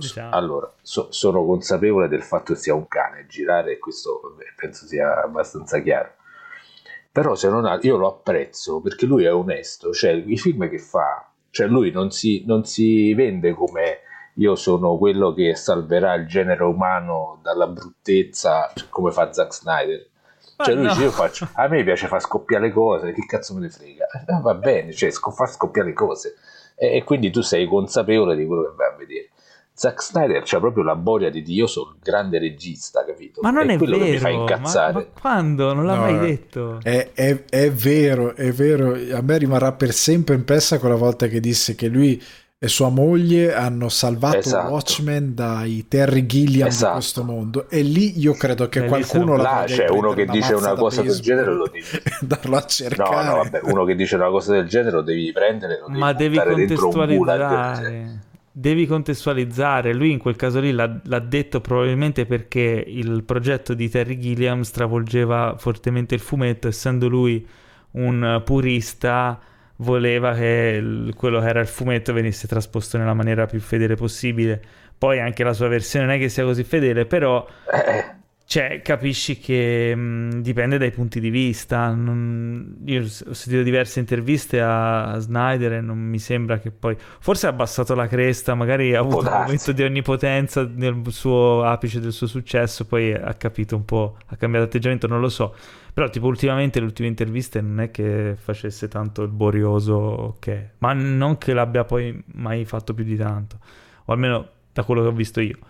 sono consapevole del fatto che sia un cane girare, e questo penso sia abbastanza chiaro, però se non io lo apprezzo perché lui è onesto, cioè i film che fa, cioè lui non si vende come io sono quello che salverà il genere umano dalla bruttezza, come fa Zack Snyder. Cioè lui dice, a me piace far scoppiare le cose, che cazzo me ne frega, va bene, cioè far scoppiare le cose, e quindi tu sei consapevole di quello che vai a vedere. Zack Snyder c'ha proprio la boria di dire io sono il grande regista, capito? Ma non è quello vero, che mi fa incazzare. Ma quando? Non l'ha mai detto. È vero, a me rimarrà per sempre impressa quella volta che disse che lui e sua moglie hanno salvato Watchmen dai Terry Gilliam di questo mondo, e lì io credo che qualcuno là c'è uno che dice una cosa del genere, lo devi darlo a cercare. No, vabbè, uno che dice una cosa del genere lo devi prendere, lo devi buttare dentro un gulag. Devi contestualizzare. Lui in quel caso lì l'ha detto probabilmente perché il progetto di Terry Gilliam stravolgeva fortemente il fumetto, essendo lui un purista voleva che quello che era il fumetto venisse trasposto nella maniera più fedele possibile. Poi anche la sua versione non è che sia così fedele, però cioè, capisci che dipende dai punti di vista. Io ho sentito diverse interviste a Snyder e non mi sembra che poi, forse ha abbassato la cresta, magari ha avuto un momento di onnipotenza nel suo apice del suo successo, poi ha capito un po', ha cambiato atteggiamento, non lo so. Però tipo ultimamente le ultime interviste non è che facesse tanto il borioso, ma non che l'abbia poi mai fatto più di tanto, o almeno da quello che ho visto io.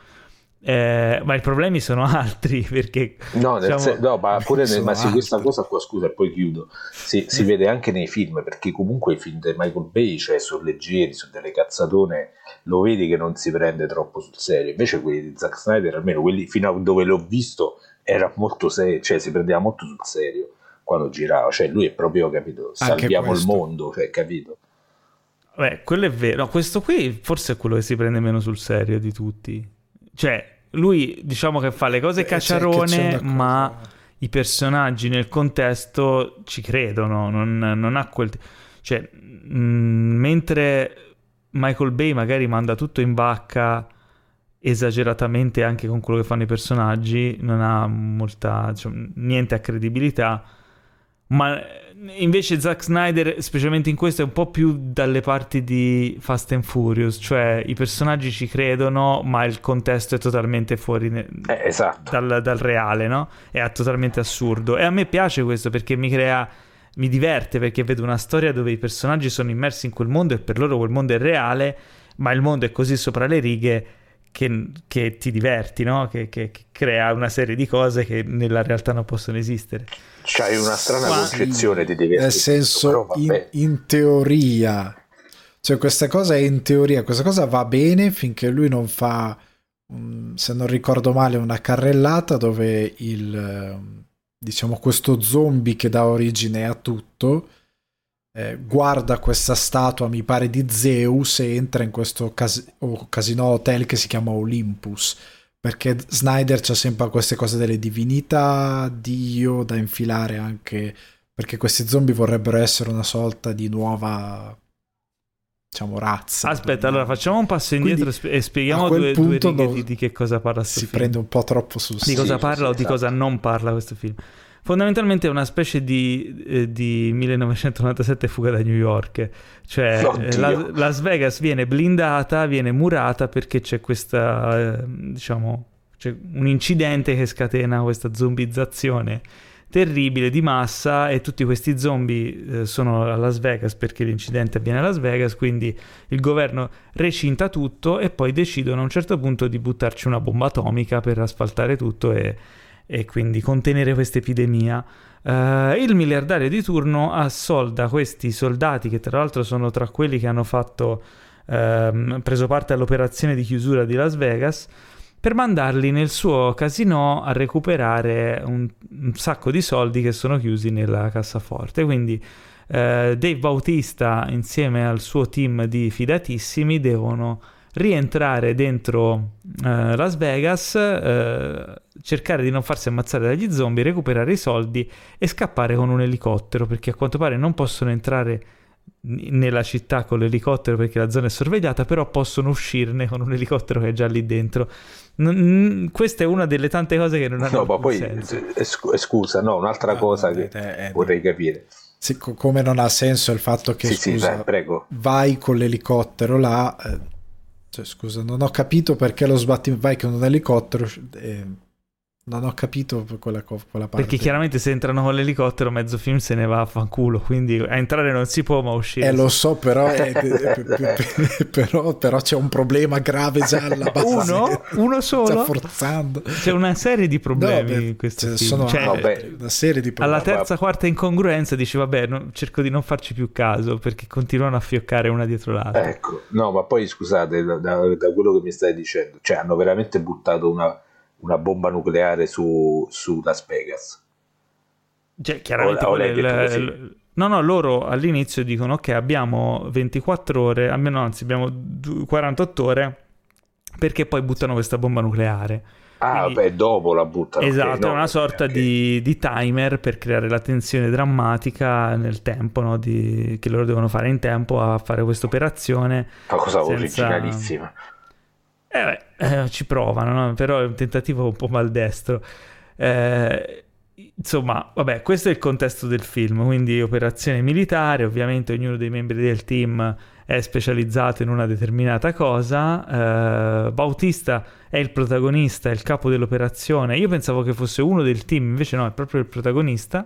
Ma i problemi sono altri, perché ma pure su questa cosa qua, scusa, e poi chiudo, si vede anche nei film, perché comunque i film di Michael Bay, cioè, sono leggeri, sono delle cazzatone, lo vedi che non si prende troppo sul serio. Invece quelli di Zack Snyder, almeno quelli fino a dove l'ho visto, era molto serio, cioè si prendeva molto sul serio quando girava, cioè lui è proprio, capito, salviamo il mondo, cioè, capito? Beh, quello è vero. No, questo qui forse è quello che si prende meno sul serio di tutti. Cioè, lui diciamo che fa le cose cacciarone, ma i personaggi nel contesto ci credono, non ha quel... Cioè, mentre Michael Bay magari manda tutto in vacca esageratamente anche con quello che fanno i personaggi, non ha molta, niente a credibilità, ma invece Zack Snyder, specialmente in questo, è un po' più dalle parti di Fast and Furious, cioè i personaggi ci credono ma il contesto è totalmente fuori dal reale, no? È totalmente assurdo, e a me piace questo perché mi diverte, perché vedo una storia dove i personaggi sono immersi in quel mondo e per loro quel mondo è reale, ma il mondo è così sopra le righe che ti diverti, no? Che crea una serie di cose che nella realtà non possono esistere. C'hai una strana concezione di divertimento, nel senso, in teoria, cioè questa cosa è in teoria, questa cosa va bene finché lui non fa, se non ricordo male, una carrellata dove diciamo questo zombie che dà origine a tutto guarda questa statua, mi pare di Zeus, e entra in questo casino hotel che si chiama Olympus, perché Snyder c'ha sempre queste cose delle divinità, Dio da infilare, anche perché questi zombie vorrebbero essere una sorta di nuova, diciamo, razza. Aspetta, allora facciamo un passo indietro e spieghiamo due righe di che cosa parla questo film. Si prende un po' troppo sul di cosa parla o di cosa non parla questo film. Fondamentalmente è una specie di 1997 Fuga da New York, cioè Las Vegas viene blindata, viene murata perché c'è questa, c'è un incidente che scatena questa zombizzazione terribile di massa, e tutti questi zombie sono a Las Vegas perché l'incidente avviene a Las Vegas, quindi il governo recinta tutto e poi decidono a un certo punto di buttarci una bomba atomica per asfaltare tutto e quindi contenere questa epidemia. Il miliardario di turno assolda questi soldati, che tra l'altro sono tra quelli che hanno preso parte all'operazione di chiusura di Las Vegas, per mandarli nel suo casino a recuperare un sacco di soldi che sono chiusi nella cassaforte. Quindi Dave Bautista insieme al suo team di fidatissimi devono rientrare dentro Las Vegas, cercare di non farsi ammazzare dagli zombie, recuperare i soldi e scappare con un elicottero, perché a quanto pare non possono entrare nella città con l'elicottero perché la zona è sorvegliata, però possono uscirne con un elicottero che è già lì dentro. Questa è una delle tante cose che non hanno ma poi senso. Scusa, no, un'altra cosa che vorrei capire. Sì, come non ha senso il fatto che dai, prego. Vai con l'elicottero là, cioè, scusa, non ho capito perché lo sbatti, vai con un elicottero, non ho capito quella parte. Perché chiaramente se entrano con l'elicottero mezzo film se ne va a fanculo, quindi a entrare non si può, ma uscire lo so, però però c'è un problema grave già alla base. Uno solo? Sta forzando. C'è una serie di problemi in questo film. Sono una serie di problemi. Alla terza, quarta incongruenza dici vabbè, cerco di non farci più caso perché continuano a fioccare una dietro l'altra. Ecco, no, ma poi scusate, da quello che mi stai dicendo, cioè hanno veramente buttato una bomba nucleare su Las Vegas. Cioè, chiaramente no, loro all'inizio dicono ok, abbiamo 24 ore, almeno anzi abbiamo 48 ore, perché poi buttano questa bomba nucleare. Quindi, dopo la buttano. Esatto, è una sorta di timer per creare la tensione drammatica nel tempo, no? Che loro devono fare in tempo a fare questa operazione. Una cosa originalissima. Ci provano, no? Però è un tentativo un po' maldestro. Insomma, vabbè, questo è il contesto del film, quindi operazione militare, ovviamente ognuno dei membri del team è specializzato in una determinata cosa. Bautista è il protagonista, è il capo dell'operazione. Io pensavo che fosse uno del team, invece no, è proprio il protagonista.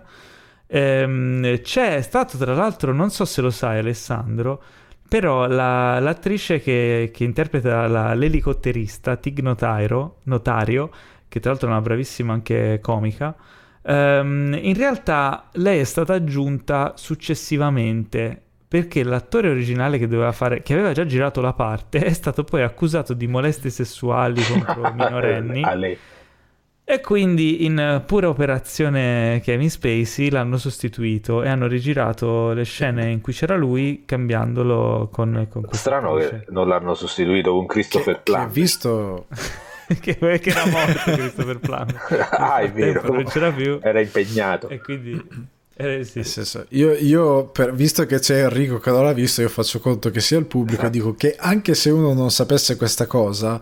C'è stato, tra l'altro, non so se lo sai Alessandro, però l'attrice che interpreta l'elicotterista, Tig Notario, che tra l'altro è una bravissima anche comica, in realtà lei è stata aggiunta successivamente perché l'attore originale che aveva già girato la parte, è stato poi accusato di molestie sessuali contro minorenni. E quindi in pura operazione Kevin Spacey l'hanno sostituito e hanno rigirato le scene in cui c'era lui cambiandolo con strano che non l'hanno sostituito con Christopher Plummer. Che visto che era morto Christopher Plummer. È vero, non c'era più, era impegnato e quindi sì. Io visto che c'è Enrico che non l'ha visto, io faccio conto che sia il pubblico, dico che anche se uno non sapesse questa cosa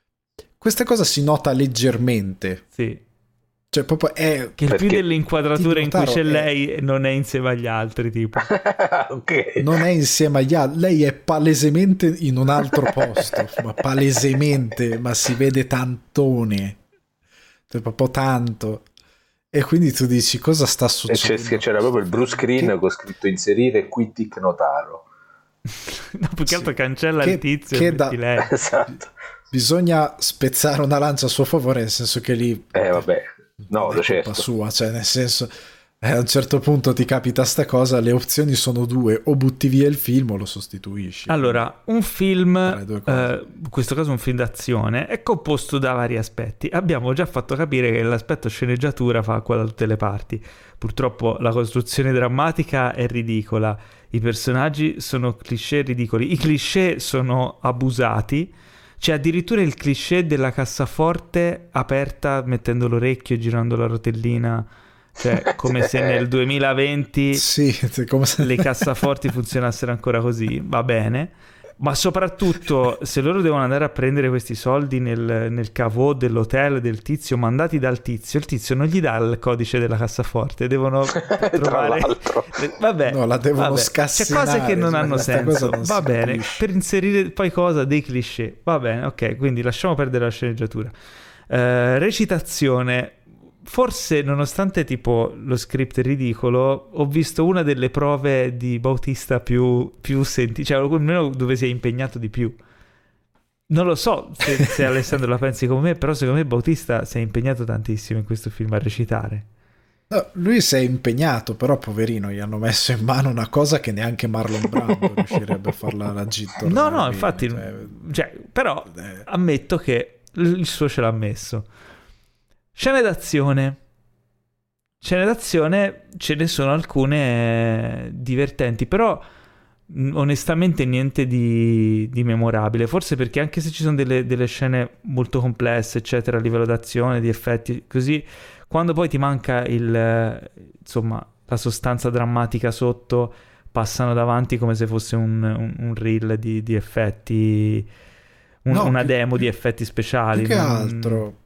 si nota leggermente. Sì. Cioè proprio è che più dell'inquadratura in cui c'è lei non è insieme agli altri, tipo. Okay. Non è insieme agli altri, lei è palesemente in un altro posto, ma palesemente, ma si vede tantone, cioè proprio tanto. E quindi tu dici cosa sta succedendo? E c'era proprio il blue screen con scritto inserire qui Tig Notaro. No, più che altro cancella il tizio che lei. Esatto. Bisogna spezzare una lancia a suo favore, nel senso che lì vabbè, no, è certo. colpa sua, cioè nel senso a un certo punto ti capita sta cosa, le opzioni sono due: o butti via il film o lo sostituisci. Allora, un film, in questo caso un film d'azione, è composto da vari aspetti. Abbiamo già fatto capire che l'aspetto sceneggiatura fa qua da tutte le parti. Purtroppo la costruzione drammatica è ridicola, i personaggi sono cliché ridicoli, i cliché sono abusati. C'è addirittura il cliché della cassaforte aperta mettendo l'orecchio e girando la rotellina, cioè come se nel 2020 le cassaforti funzionassero ancora così. Va bene, ma soprattutto se loro devono andare a prendere questi soldi nel caveau dell'hotel del tizio, mandati dal tizio, il tizio non gli dà il codice della cassaforte, devono trovare vabbè, no, la devono scassinare, c'è cose che non hanno senso, non va bene, per inserire poi dei cliché, va bene, ok, quindi lasciamo perdere la sceneggiatura. Recitazione, forse nonostante tipo lo script è ridicolo, ho visto una delle prove di Bautista più cioè almeno dove si è impegnato di più. Non lo so se Alessandro la pensi come me, però secondo me Bautista si è impegnato tantissimo in questo film a recitare. No, lui si è impegnato, però poverino gli hanno messo in mano una cosa che neanche Marlon Brando riuscirebbe a farla raggiungere. No, infatti cioè, però ammetto che il suo ce l'ha messo. Scene d'azione, ce ne sono alcune divertenti, però onestamente niente di memorabile, forse perché anche se ci sono delle scene molto complesse eccetera a livello d'azione, di effetti così, quando poi ti manca insomma la sostanza drammatica sotto, passano davanti come se fosse un reel di effetti, una demo di effetti speciali. Più che altro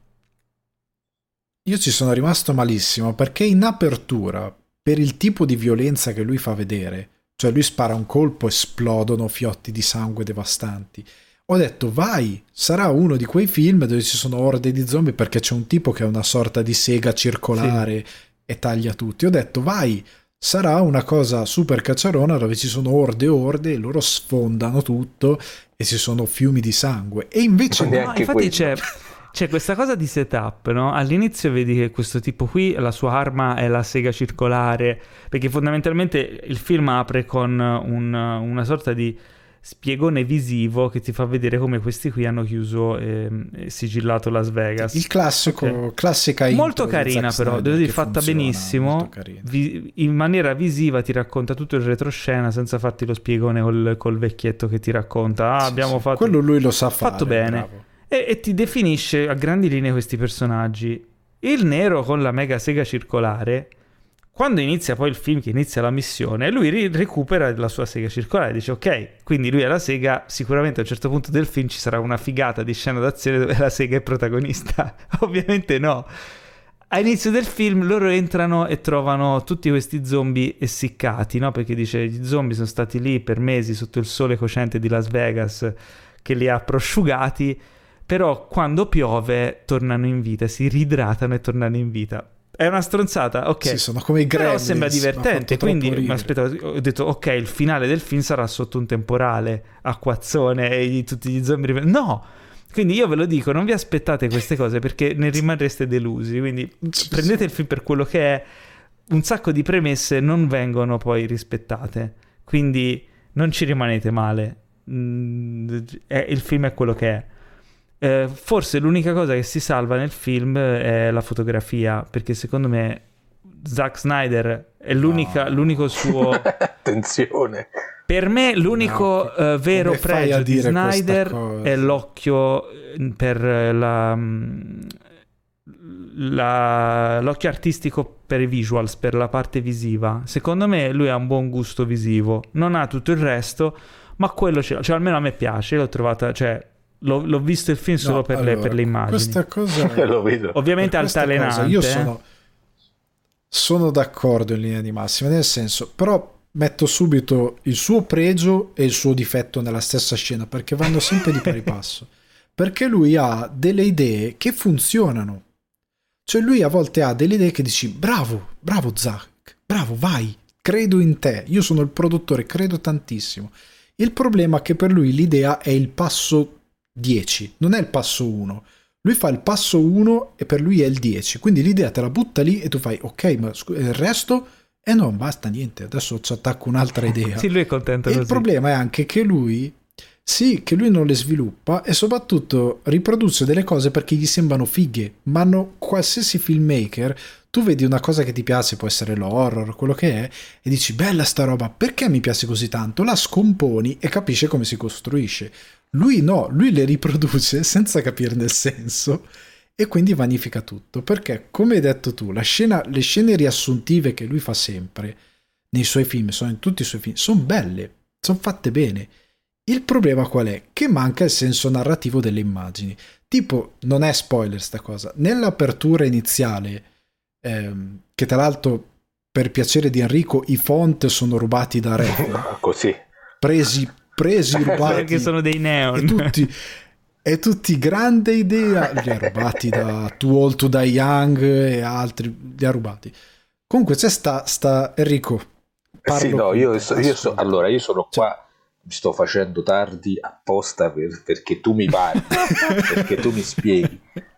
io ci sono rimasto malissimo perché in apertura, per il tipo di violenza che lui fa vedere, cioè lui spara un colpo, esplodono fiotti di sangue devastanti, ho detto vai, sarà uno di quei film dove ci sono orde di zombie perché c'è un tipo che ha una sorta di sega circolare e taglia tutti. Ho detto vai, sarà una cosa super cacciarona dove ci sono orde e orde e loro sfondano tutto e ci sono fiumi di sangue, e invece no, infatti c'è questa cosa di setup, no? All'inizio vedi che questo tipo qui, la sua arma è la sega circolare, perché fondamentalmente il film apre con una sorta di spiegone visivo che ti fa vedere come questi qui hanno chiuso e sigillato Las Vegas. Il classico, classica molto carina, però devo dire, fatta benissimo, in maniera visiva ti racconta tutto il retroscena senza farti lo spiegone col vecchietto che ti racconta abbiamo fatto quello, lui lo sa fare, fatto bene, e ti definisce a grandi linee questi personaggi. Il nero con la mega sega circolare, quando inizia poi il film, che inizia la missione, lui recupera la sua sega circolare, dice ok, quindi lui è la sega, sicuramente a un certo punto del film ci sarà una figata di scena d'azione dove la sega è protagonista. Ovviamente no. A inizio del film loro entrano e trovano tutti questi zombie essiccati, no? Perché dice gli zombie sono stati lì per mesi sotto il sole cocente di Las Vegas che li ha prosciugati, però quando piove tornano in vita, si ridratano e tornano in vita. È una stronzata, ok. Sì, sono come i Gremlins. Però sembra divertente, quindi ho detto ok, il finale del film sarà sotto un temporale, acquazzone e tutti gli zombie. No! Quindi io ve lo dico, non vi aspettate queste cose perché ne rimarreste delusi, quindi prendete il film per quello che è. Un sacco di premesse non vengono poi rispettate, quindi non ci rimanete male. Il film è quello che è. Forse l'unica cosa che si salva nel film è la fotografia, perché secondo me Zack Snyder è l'unico suo attenzione, per me l'unico vero pregio di Snyder è l'occhio per l'occhio artistico per i visuals, per la parte visiva. Secondo me lui ha un buon gusto visivo, non ha tutto il resto, ma quello cioè almeno a me piace. L'ho trovata, cioè l'ho visto il film solo per le immagini. Questa cosa lo vedo. Ovviamente altalenante. Io sono d'accordo in linea di massima, nel senso, però metto subito il suo pregio e il suo difetto nella stessa scena, perché vanno sempre di pari passo. Perché lui ha delle idee che funzionano. Cioè lui a volte ha delle idee che dici bravo Zack, bravo, vai, credo in te, io sono il produttore, credo tantissimo. Il problema è che per lui l'idea è il passo 10, non è il passo 1. Lui fa il passo 1 e per lui è il 10, quindi l'idea te la butta lì e tu fai ok, ma il resto no, basta, niente, adesso ci attacco un'altra idea. Sì, lui è contento e così. Il problema è anche che lui non le sviluppa e soprattutto riproduce delle cose perché gli sembrano fighe, ma qualsiasi filmmaker, tu vedi una cosa che ti piace, può essere l'horror, quello che è, e dici bella sta roba, perché mi piace così tanto? La scomponi e capisce come si costruisce. Lui no, lui le riproduce senza capirne il senso e quindi vanifica tutto, perché come hai detto tu, le scene riassuntive che lui fa sempre nei suoi film, in tutti i suoi film, sono belle, sono fatte bene. Il problema qual è? Che manca il senso narrativo delle immagini. Tipo, non è spoiler sta cosa, nell'apertura iniziale, che tra l'altro per piacere di Enrico i font sono rubati da Red, così presi rubati perché sono dei neon e tutti grande idea, li ha rubati da Too Old to Die Young e altri, li ha rubati. Comunque c'è sta Enrico, sì, no, io sono qua, mi sto facendo tardi apposta perché tu mi parli perché tu mi spieghi.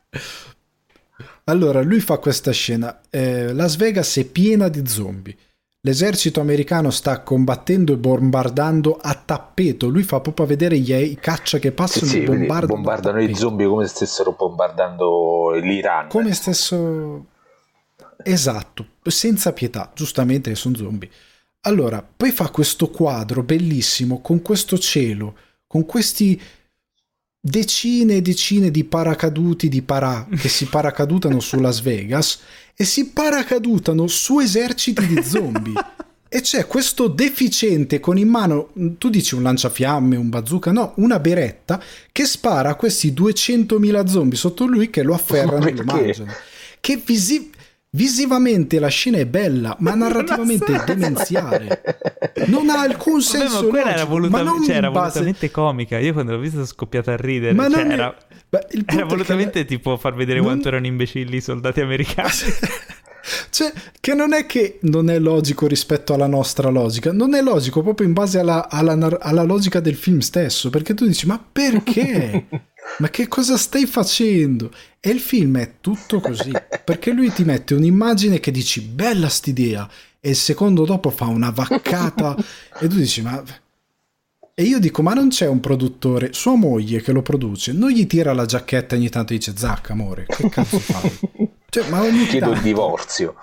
Allora lui fa questa scena, Las Vegas è piena di zombie, l'esercito americano sta combattendo e bombardando a tappeto, lui fa proprio vedere i caccia che passano e bombardano i zombie come se stessero bombardando l'Iran, come stesso, esatto, senza pietà, giustamente sono zombie. Allora, poi fa questo quadro bellissimo con questo cielo, con questi decine e decine di paracaduti che si paracadutano su Las Vegas e si paracadutano su eserciti di zombie. E c'è questo deficiente con in mano, tu dici un lanciafiamme, un bazooka, no, una beretta che spara a questi 200.000 zombie sotto lui che lo afferrano e lo mangiano. Che visivamente la scena è bella, ma narrativamente è demenziale. Non ha alcun senso. Ma quella era volutamente comica. Io quando l'ho vista sono scoppiata a ridere. Ma era volutamente tipo far vedere quanto erano imbecilli i soldati americani. Cioè, che non è che non è logico rispetto alla nostra logica, non è logico proprio in base alla logica del film stesso, perché tu dici, ma perché? Ma che cosa stai facendo? E il film è tutto così, perché lui ti mette un'immagine che dici, bella st'idea, e il secondo dopo fa una vaccata, e tu dici, ma... E io dico, ma non c'è un produttore, sua moglie che lo produce, non gli tira la giacchetta e ogni tanto dice, Zac, amore, che cazzo fai? Cioè, ma ogni chiedo il divorzio.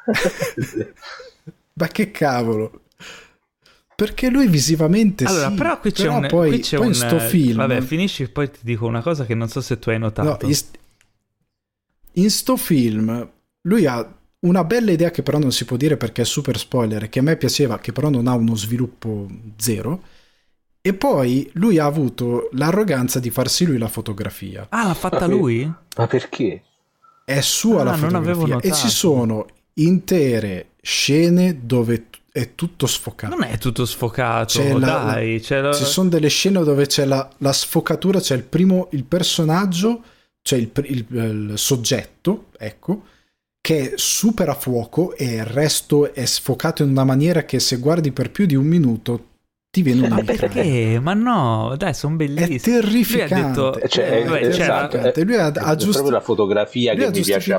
Ma che cavolo, perché lui visivamente allora, sì, però qui c'è poi un sto film, vabbè, finisci, poi ti dico una cosa che non so se tu hai notato. No, in sto film lui ha una bella idea che però non si può dire perché è super spoiler, che a me piaceva, che però non ha uno sviluppo zero, e poi lui ha avuto l'arroganza di farsi lui la fotografia. Ah, l'ha fatta lui? Ma perché? È sua la fotografia e ci sono intere scene dove è tutto sfocato. Non è tutto sfocato, ci sono delle scene dove c'è la sfocatura, c'è il personaggio, c'è il soggetto, ecco, che è super a fuoco e il resto è sfocato in una maniera che se guardi per più di un minuto ti viene una migraña. Perché? Ma no, dai, sono bellissimi. È terrificante. Lui ha detto, esatto. Lui ha proprio la fotografia che mi piace.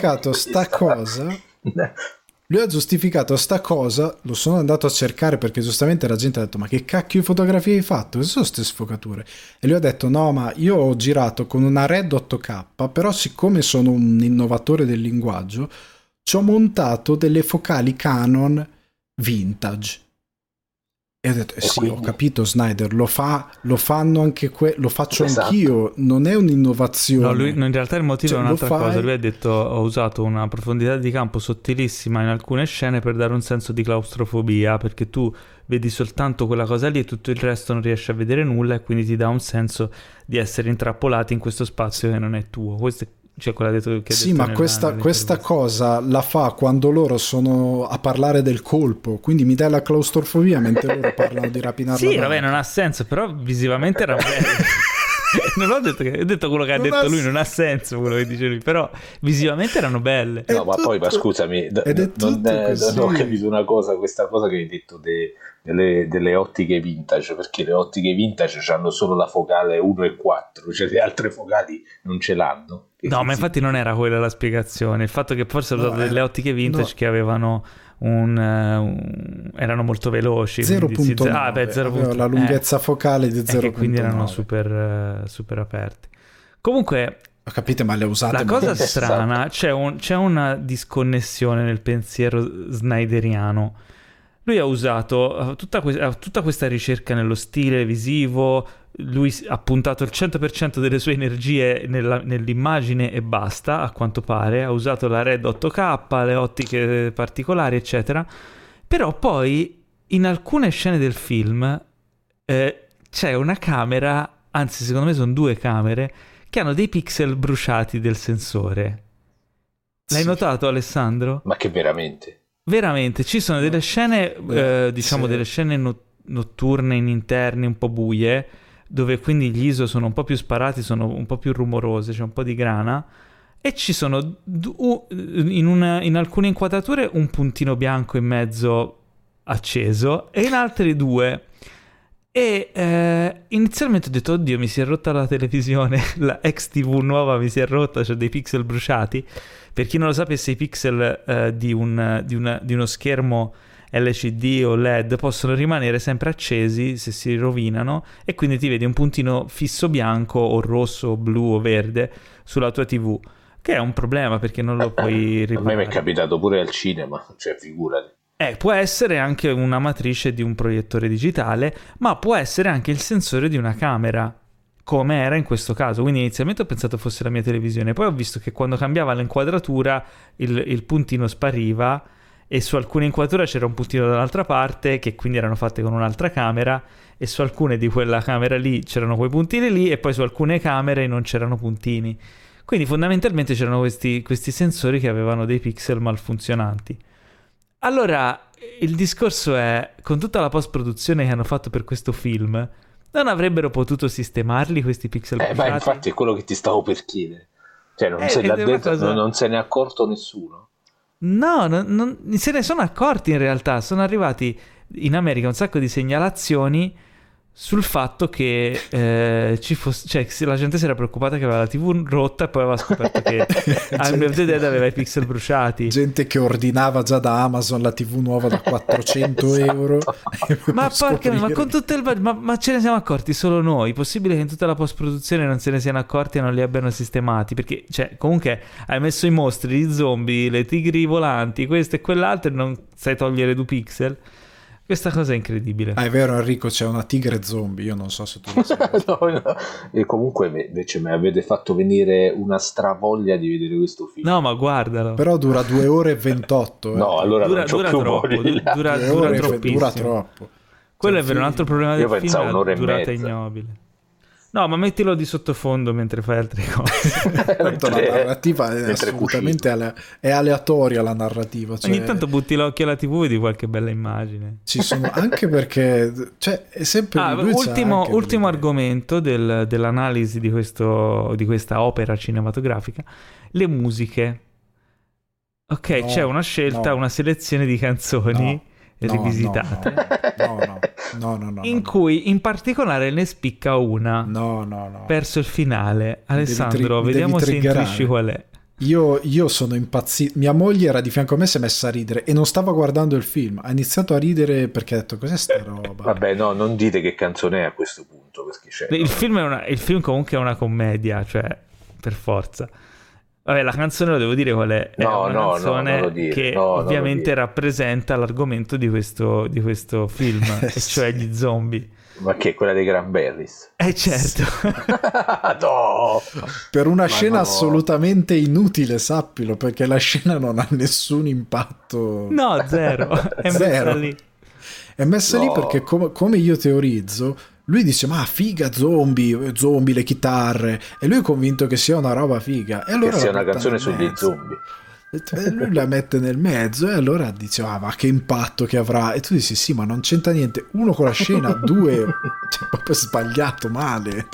Lui ha giustificato sta cosa, lo sono andato a cercare perché giustamente la gente ha detto, ma che cacchio di fotografie hai fatto? Che sono queste sfocature? E lui ha detto, no, ma io ho girato con una Red 8K, però siccome sono un innovatore del linguaggio, ci ho montato delle focali Canon vintage. E ho detto, sì, quindi... ho capito, Snyder, lo fanno anche lo faccio anch'io, non è un'innovazione. No, lui, in realtà il motivo è un'altra cosa. Lui ha detto, ho usato una profondità di campo sottilissima in alcune scene per dare un senso di claustrofobia, perché tu vedi soltanto quella cosa lì e tutto il resto non riesci a vedere nulla, e quindi ti dà un senso di essere intrappolati in questo spazio che non è tuo. Questo è quella che sì, ma questa cosa la fa quando loro sono a parlare del colpo, quindi mi dai la claustrofobia mentre loro parlano di rapinare. Sì, vabbè, non ha senso, però visivamente era bello. Non ho detto quello che ha detto lui, non ha senso quello che dice lui, però visivamente erano belle. No, ma poi, ma scusami, non ho capito una cosa, questa cosa che hai detto delle ottiche vintage, perché le ottiche vintage hanno solo la focale 1 e 4, cioè le altre focali non ce l'hanno. No, ma infatti non era quella la spiegazione, il fatto che forse hanno dato delle ottiche vintage che avevano erano molto veloci, 0.9, la lunghezza focale di 0.9, quindi erano super aperte. Comunque, capite, ma le usate. La cosa strana, c'è una disconnessione nel pensiero snyderiano. Lui ha usato tutta questa ricerca nello stile visivo, lui ha puntato il 100% delle sue energie nell'immagine e basta, a quanto pare. Ha usato la Red 8K, le ottiche particolari, eccetera. Però poi in alcune scene del film c'è una camera, anzi secondo me sono 2 camere, che hanno dei pixel bruciati del sensore. L'hai notato, Alessandro? Ma che veramente? Veramente, ci sono delle scene, delle scene notturne in interni un po' buie, dove quindi gli ISO sono un po' più sparati, sono un po' più rumorose, c'è un po' di grana, e ci sono in alcune inquadrature un puntino bianco in mezzo acceso, e in altre 2. E inizialmente ho detto, oddio, mi si è rotta la televisione, la XTV nuova mi si è rotta, c'ho dei pixel bruciati. Per chi non lo sapesse, i pixel di uno schermo LCD o LED possono rimanere sempre accesi se si rovinano, e quindi ti vedi un puntino fisso bianco o rosso o blu o verde sulla tua TV, che è un problema perché non lo puoi riparare. A me mi è capitato pure al cinema, cioè figurati. Può essere anche una matrice di un proiettore digitale, ma può essere anche il sensore di una camera, come era in questo caso. Quindi inizialmente ho pensato fosse la mia televisione, poi ho visto che quando cambiava l'inquadratura il puntino spariva, e su alcune inquadrature c'era un puntino dall'altra parte, che quindi erano fatte con un'altra camera, e su alcune di quella camera lì c'erano quei puntini lì, e poi su alcune camere non c'erano puntini. Quindi fondamentalmente c'erano questi sensori che avevano dei pixel malfunzionanti. Allora, il discorso è, con tutta la post-produzione che hanno fatto per questo film, non avrebbero potuto sistemarli questi pixel bruciati? Ma infatti è quello che ti stavo per chiedere. Cioè, non se ne è accorto nessuno? No, non se ne sono accorti in realtà. Sono arrivati in America un sacco di segnalazioni sul fatto che ci fosse, cioè la gente si era preoccupata che aveva la TV rotta, e poi aveva scoperto che Army of the Dead aveva i pixel bruciati. Gente che ordinava già da Amazon la TV nuova da 400 euro. Ma porca, ma con tutto il ma ce ne siamo accorti solo noi? Possibile che in tutta la post produzione non se ne siano accorti e non li abbiano sistemati? Perché cioè comunque hai messo i mostri, gli zombie, le tigri volanti, questo e quell'altro, e non sai togliere 2 pixel. Questa cosa è incredibile. È vero, Enrico, c'è una tigre zombie, io non so se tu lo sai. No. E comunque invece mi avete fatto venire una stravoglia di vedere questo film. No, ma guardalo. Però dura 2 ore e 28. No, allora dura troppo. Dura troppo. Quello è vero, un altro problema del film è la durata mezza. ignobile. No, ma mettilo di sottofondo mentre fai altre cose. Tanto la narrativa è assolutamente è aleatoria, la narrativa. Cioè, ogni tanto butti l'occhio alla TV e vedi qualche bella immagine. Ci sono anche perché cioè, è sempre ultimo argomento dell'analisi di questa opera cinematografica: le musiche. Ok, c'è una scelta, una selezione di canzoni rivisitate. No. In cui in particolare ne spicca una. No. Verso il finale. Alessandro, vediamo se intuisci qual è. Io sono impazzito. Mia moglie era di fianco a me, si è messa a ridere e non stava guardando il film. Ha iniziato a ridere perché ha detto: cos'è sta roba? Vabbè, no, non dite che canzone è a questo punto, perché c'è. Il film comunque è una commedia, cioè per forza. Vabbè, la canzone lo devo dire qual è. È una canzone che ovviamente rappresenta l'argomento di questo film, e cioè gli zombie. Ma che è quella dei Cranberries? Certo. No! Per una scena assolutamente inutile, sappilo, perché la scena non ha nessun impatto. No, zero. È messa lì. È messa lì perché come io teorizzo, lui dice: ma figa, zombie, le chitarre, e lui è convinto che sia una roba figa, e allora che sia una canzone sugli zombie, e lui la mette nel mezzo, e allora dice: ma che impatto che avrà, e tu dici: sì, ma non c'entra niente, uno con la scena, due, cioè, proprio sbagliato male.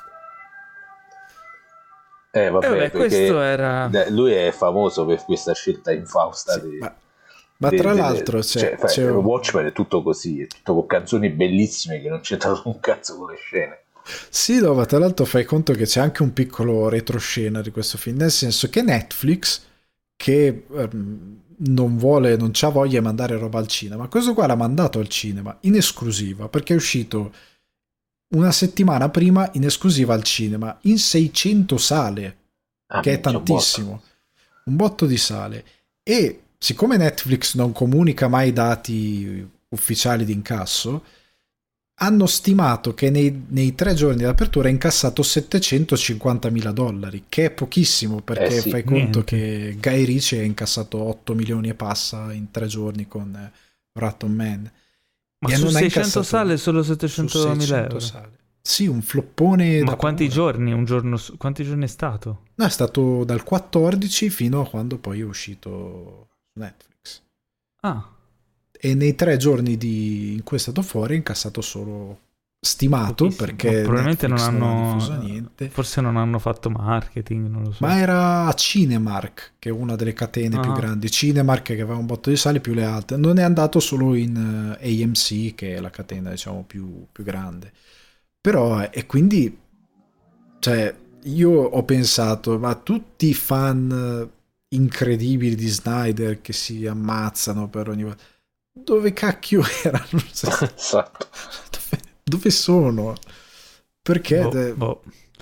Vabbè, questo era. Lui è famoso per questa scelta infausta ma tra l'altro c'è Watchmen è tutto così, è tutto con canzoni bellissime che non c'entrano un cazzo con le scene. Sì, no, ma tra l'altro fai conto che c'è anche un piccolo retroscena di questo film, nel senso che Netflix, che non c'ha voglia di mandare roba al cinema, questo qua l'ha mandato al cinema in esclusiva, perché è uscito una settimana prima in esclusiva al cinema in 600 sale, che è tantissimo, un botto di sale. E siccome Netflix non comunica mai i dati ufficiali di incasso, hanno stimato che nei 3 giorni di apertura ha incassato $750.000, che è pochissimo, perché fai conto che Guy Ritchie ha incassato 8 milioni e passa in 3 giorni con Ratton Man. Ma su 600 sale solo 700.000 euro? Sale. Sì, un floppone. Ma quanti giorni? Quanti giorni è stato? No, è stato dal 14 fino a quando poi è uscito Netflix. E nei 3 giorni in cui è stato fuori è incassato solo, stimato, perché probabilmente Netflix non ha diffuso niente. Forse non hanno fatto marketing, non lo so. Ma era Cinemark, che è una delle catene più grandi. Cinemark, che aveva un botto di sale, più le altre. Non è andato solo in AMC, che è la catena, diciamo, più grande. Però, e quindi, cioè, io ho pensato, ma tutti i fan incredibili di Snyder che si ammazzano per ogni volta, dove cacchio erano? Esatto. Dove sono? Perché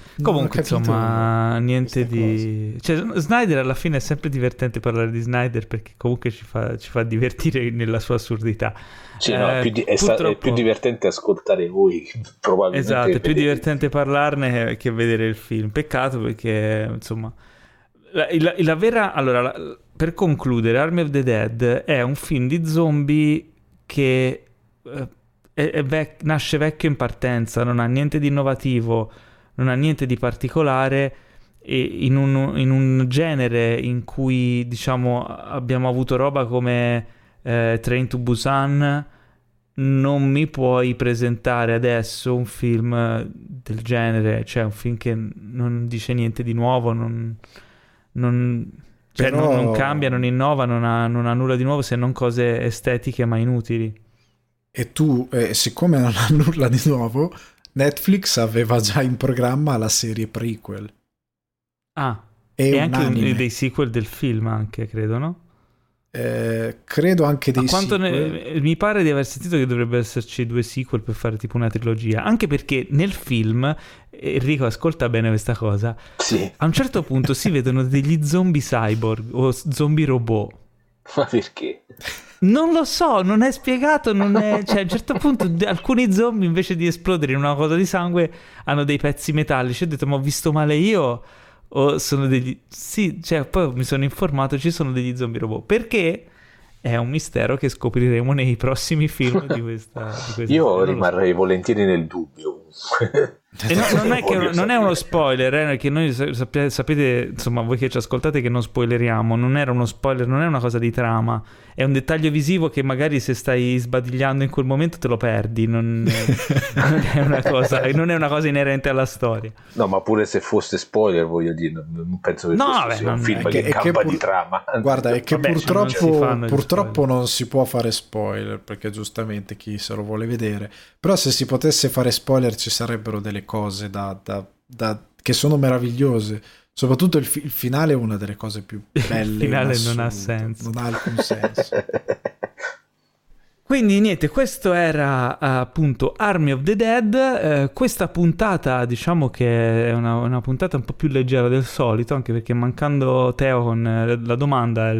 Comunque, insomma, niente di... Cioè, Snyder alla fine è sempre divertente parlare di Snyder perché comunque ci fa divertire nella sua assurdità. Sì, no, è più divertente ascoltare voi, probabilmente. Esatto, è più divertente parlarne che vedere il film. Peccato perché, insomma... La vera... Allora, per concludere, Army of the Dead è un film di zombie che nasce vecchio in partenza, non ha niente di innovativo, non ha niente di particolare, e in un genere in cui, diciamo, abbiamo avuto roba come Train to Busan. Non mi puoi presentare adesso un film del genere, cioè un film che non dice niente di nuovo, non cambia, non innova, non ha nulla di nuovo se non cose estetiche ma inutili. E tu, siccome non ha nulla di nuovo, Netflix aveva già in programma la serie prequel. E anche dei sequel del film, anche, credo, no? Credo anche dei sequel. Mi pare di aver sentito che dovrebbe esserci 2 sequel per fare tipo una trilogia, anche perché nel film, Enrico ascolta bene questa cosa, sì. A un certo punto si vedono degli zombie cyborg o zombie robot. Ma perché? Non lo so, non è spiegato, cioè a un certo punto alcuni zombie invece di esplodere in una cosa di sangue hanno dei pezzi metallici. Ho detto, ma ho visto male io? O sono degli... Sì, cioè poi mi sono informato, ci sono degli zombie robot. Perché? È un mistero che scopriremo nei prossimi film di questa Io rimarrei volentieri nel dubbio. Non è uno spoiler, che noi sapete, insomma, voi che ci ascoltate, che non spoileriamo. Non era uno spoiler, non è una cosa di trama, è un dettaglio visivo che magari se stai sbadigliando in quel momento te lo perdi. Non è una cosa inerente alla storia. No, ma pure se fosse spoiler, voglio dire, non penso che sia un film che campa di trama. Guarda, è che purtroppo non si può fare spoiler, perché giustamente chi se lo vuole vedere. Però se si potesse fare spoiler ci sarebbero delle cose che sono meravigliose. Soprattutto il finale è una delle cose più belle. Il finale non ha senso. Non ha alcun senso. Quindi niente, questo era appunto Army of the Dead. Questa puntata, diciamo che è una puntata un po' più leggera del solito, anche perché mancando Teo con la domanda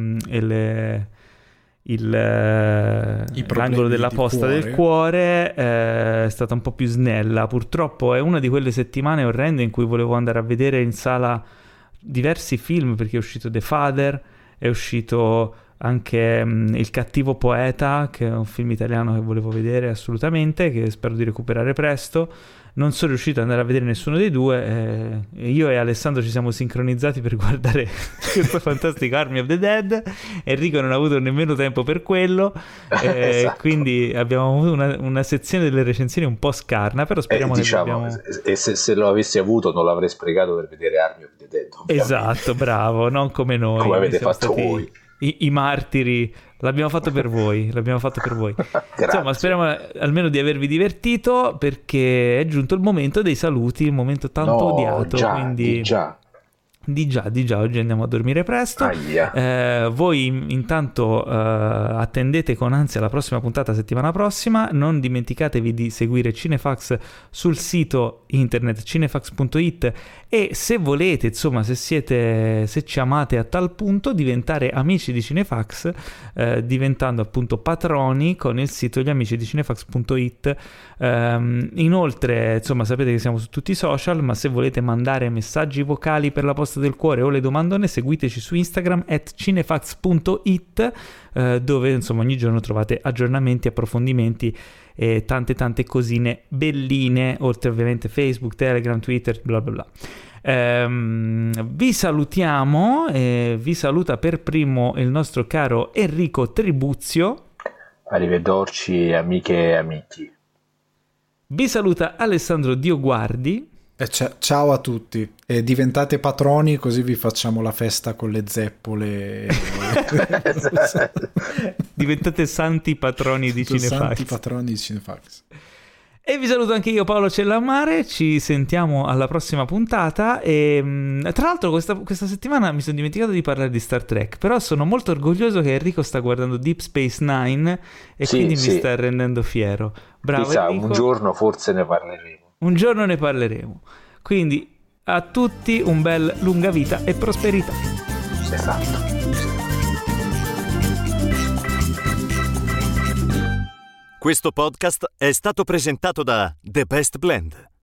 l'angolo della posta del cuore, è stata un po' più snella. Purtroppo è una di quelle settimane orrende in cui volevo andare a vedere in sala diversi film, perché è uscito The Father, è uscito anche Il cattivo poeta, che è un film italiano che volevo vedere assolutamente, che spero di recuperare presto. Non sono riuscito ad andare a vedere nessuno dei due. Io e Alessandro ci siamo sincronizzati per guardare questo fantastico Army of the Dead. Enrico non ha avuto nemmeno tempo per quello, esatto. Quindi abbiamo avuto una sezione delle recensioni un po' scarna, però speriamo che se lo avessi avuto non l'avrei sprecato per vedere Army of the Dead, ovviamente. Esatto, bravo, non come noi, come avete fatto voi, i martiri. L'abbiamo fatto per voi. Insomma, speriamo almeno di avervi divertito, perché è giunto il momento dei saluti, il momento tanto odiato. Di già, oggi andiamo a dormire presto. Voi intanto attendete con ansia la prossima puntata settimana prossima. Non dimenticatevi di seguire Cinefax sul sito internet cinefax.it, e se volete, insomma, se ci amate a tal punto, diventare amici di Cinefax, diventando appunto patroni con il sito gliamicidiCinefax.it. Inoltre, insomma, sapete che siamo su tutti i social, ma se volete mandare messaggi vocali per la posta del cuore o le domandone, seguiteci su Instagram @cinefax.it, dove insomma ogni giorno trovate aggiornamenti, approfondimenti e tante cosine belline, oltre ovviamente Facebook, Telegram, Twitter, bla bla bla. Vi salutiamo, vi saluta per primo il nostro caro Enrico Tribuzio. Arrivederci amiche e amici. Vi saluta Alessandro Dioguardi. Ciao a tutti, diventate patroni così vi facciamo la festa con le zeppole. Diventate santi patroni di Cinefax. Santi patroni di Cinefax. E vi saluto anche io, Paolo Cellamare. Ci sentiamo alla prossima puntata. E tra l'altro questa settimana mi sono dimenticato di parlare di Star Trek, però sono molto orgoglioso che Enrico sta guardando Deep Space Nine e quindi mi sta rendendo fiero. Bravo, chissà, Enrico. un giorno forse ne parleremo. Un giorno ne parleremo. Quindi a tutti un bel lunga vita e prosperità. Esatto. Questo podcast è stato presentato da The Best Blend.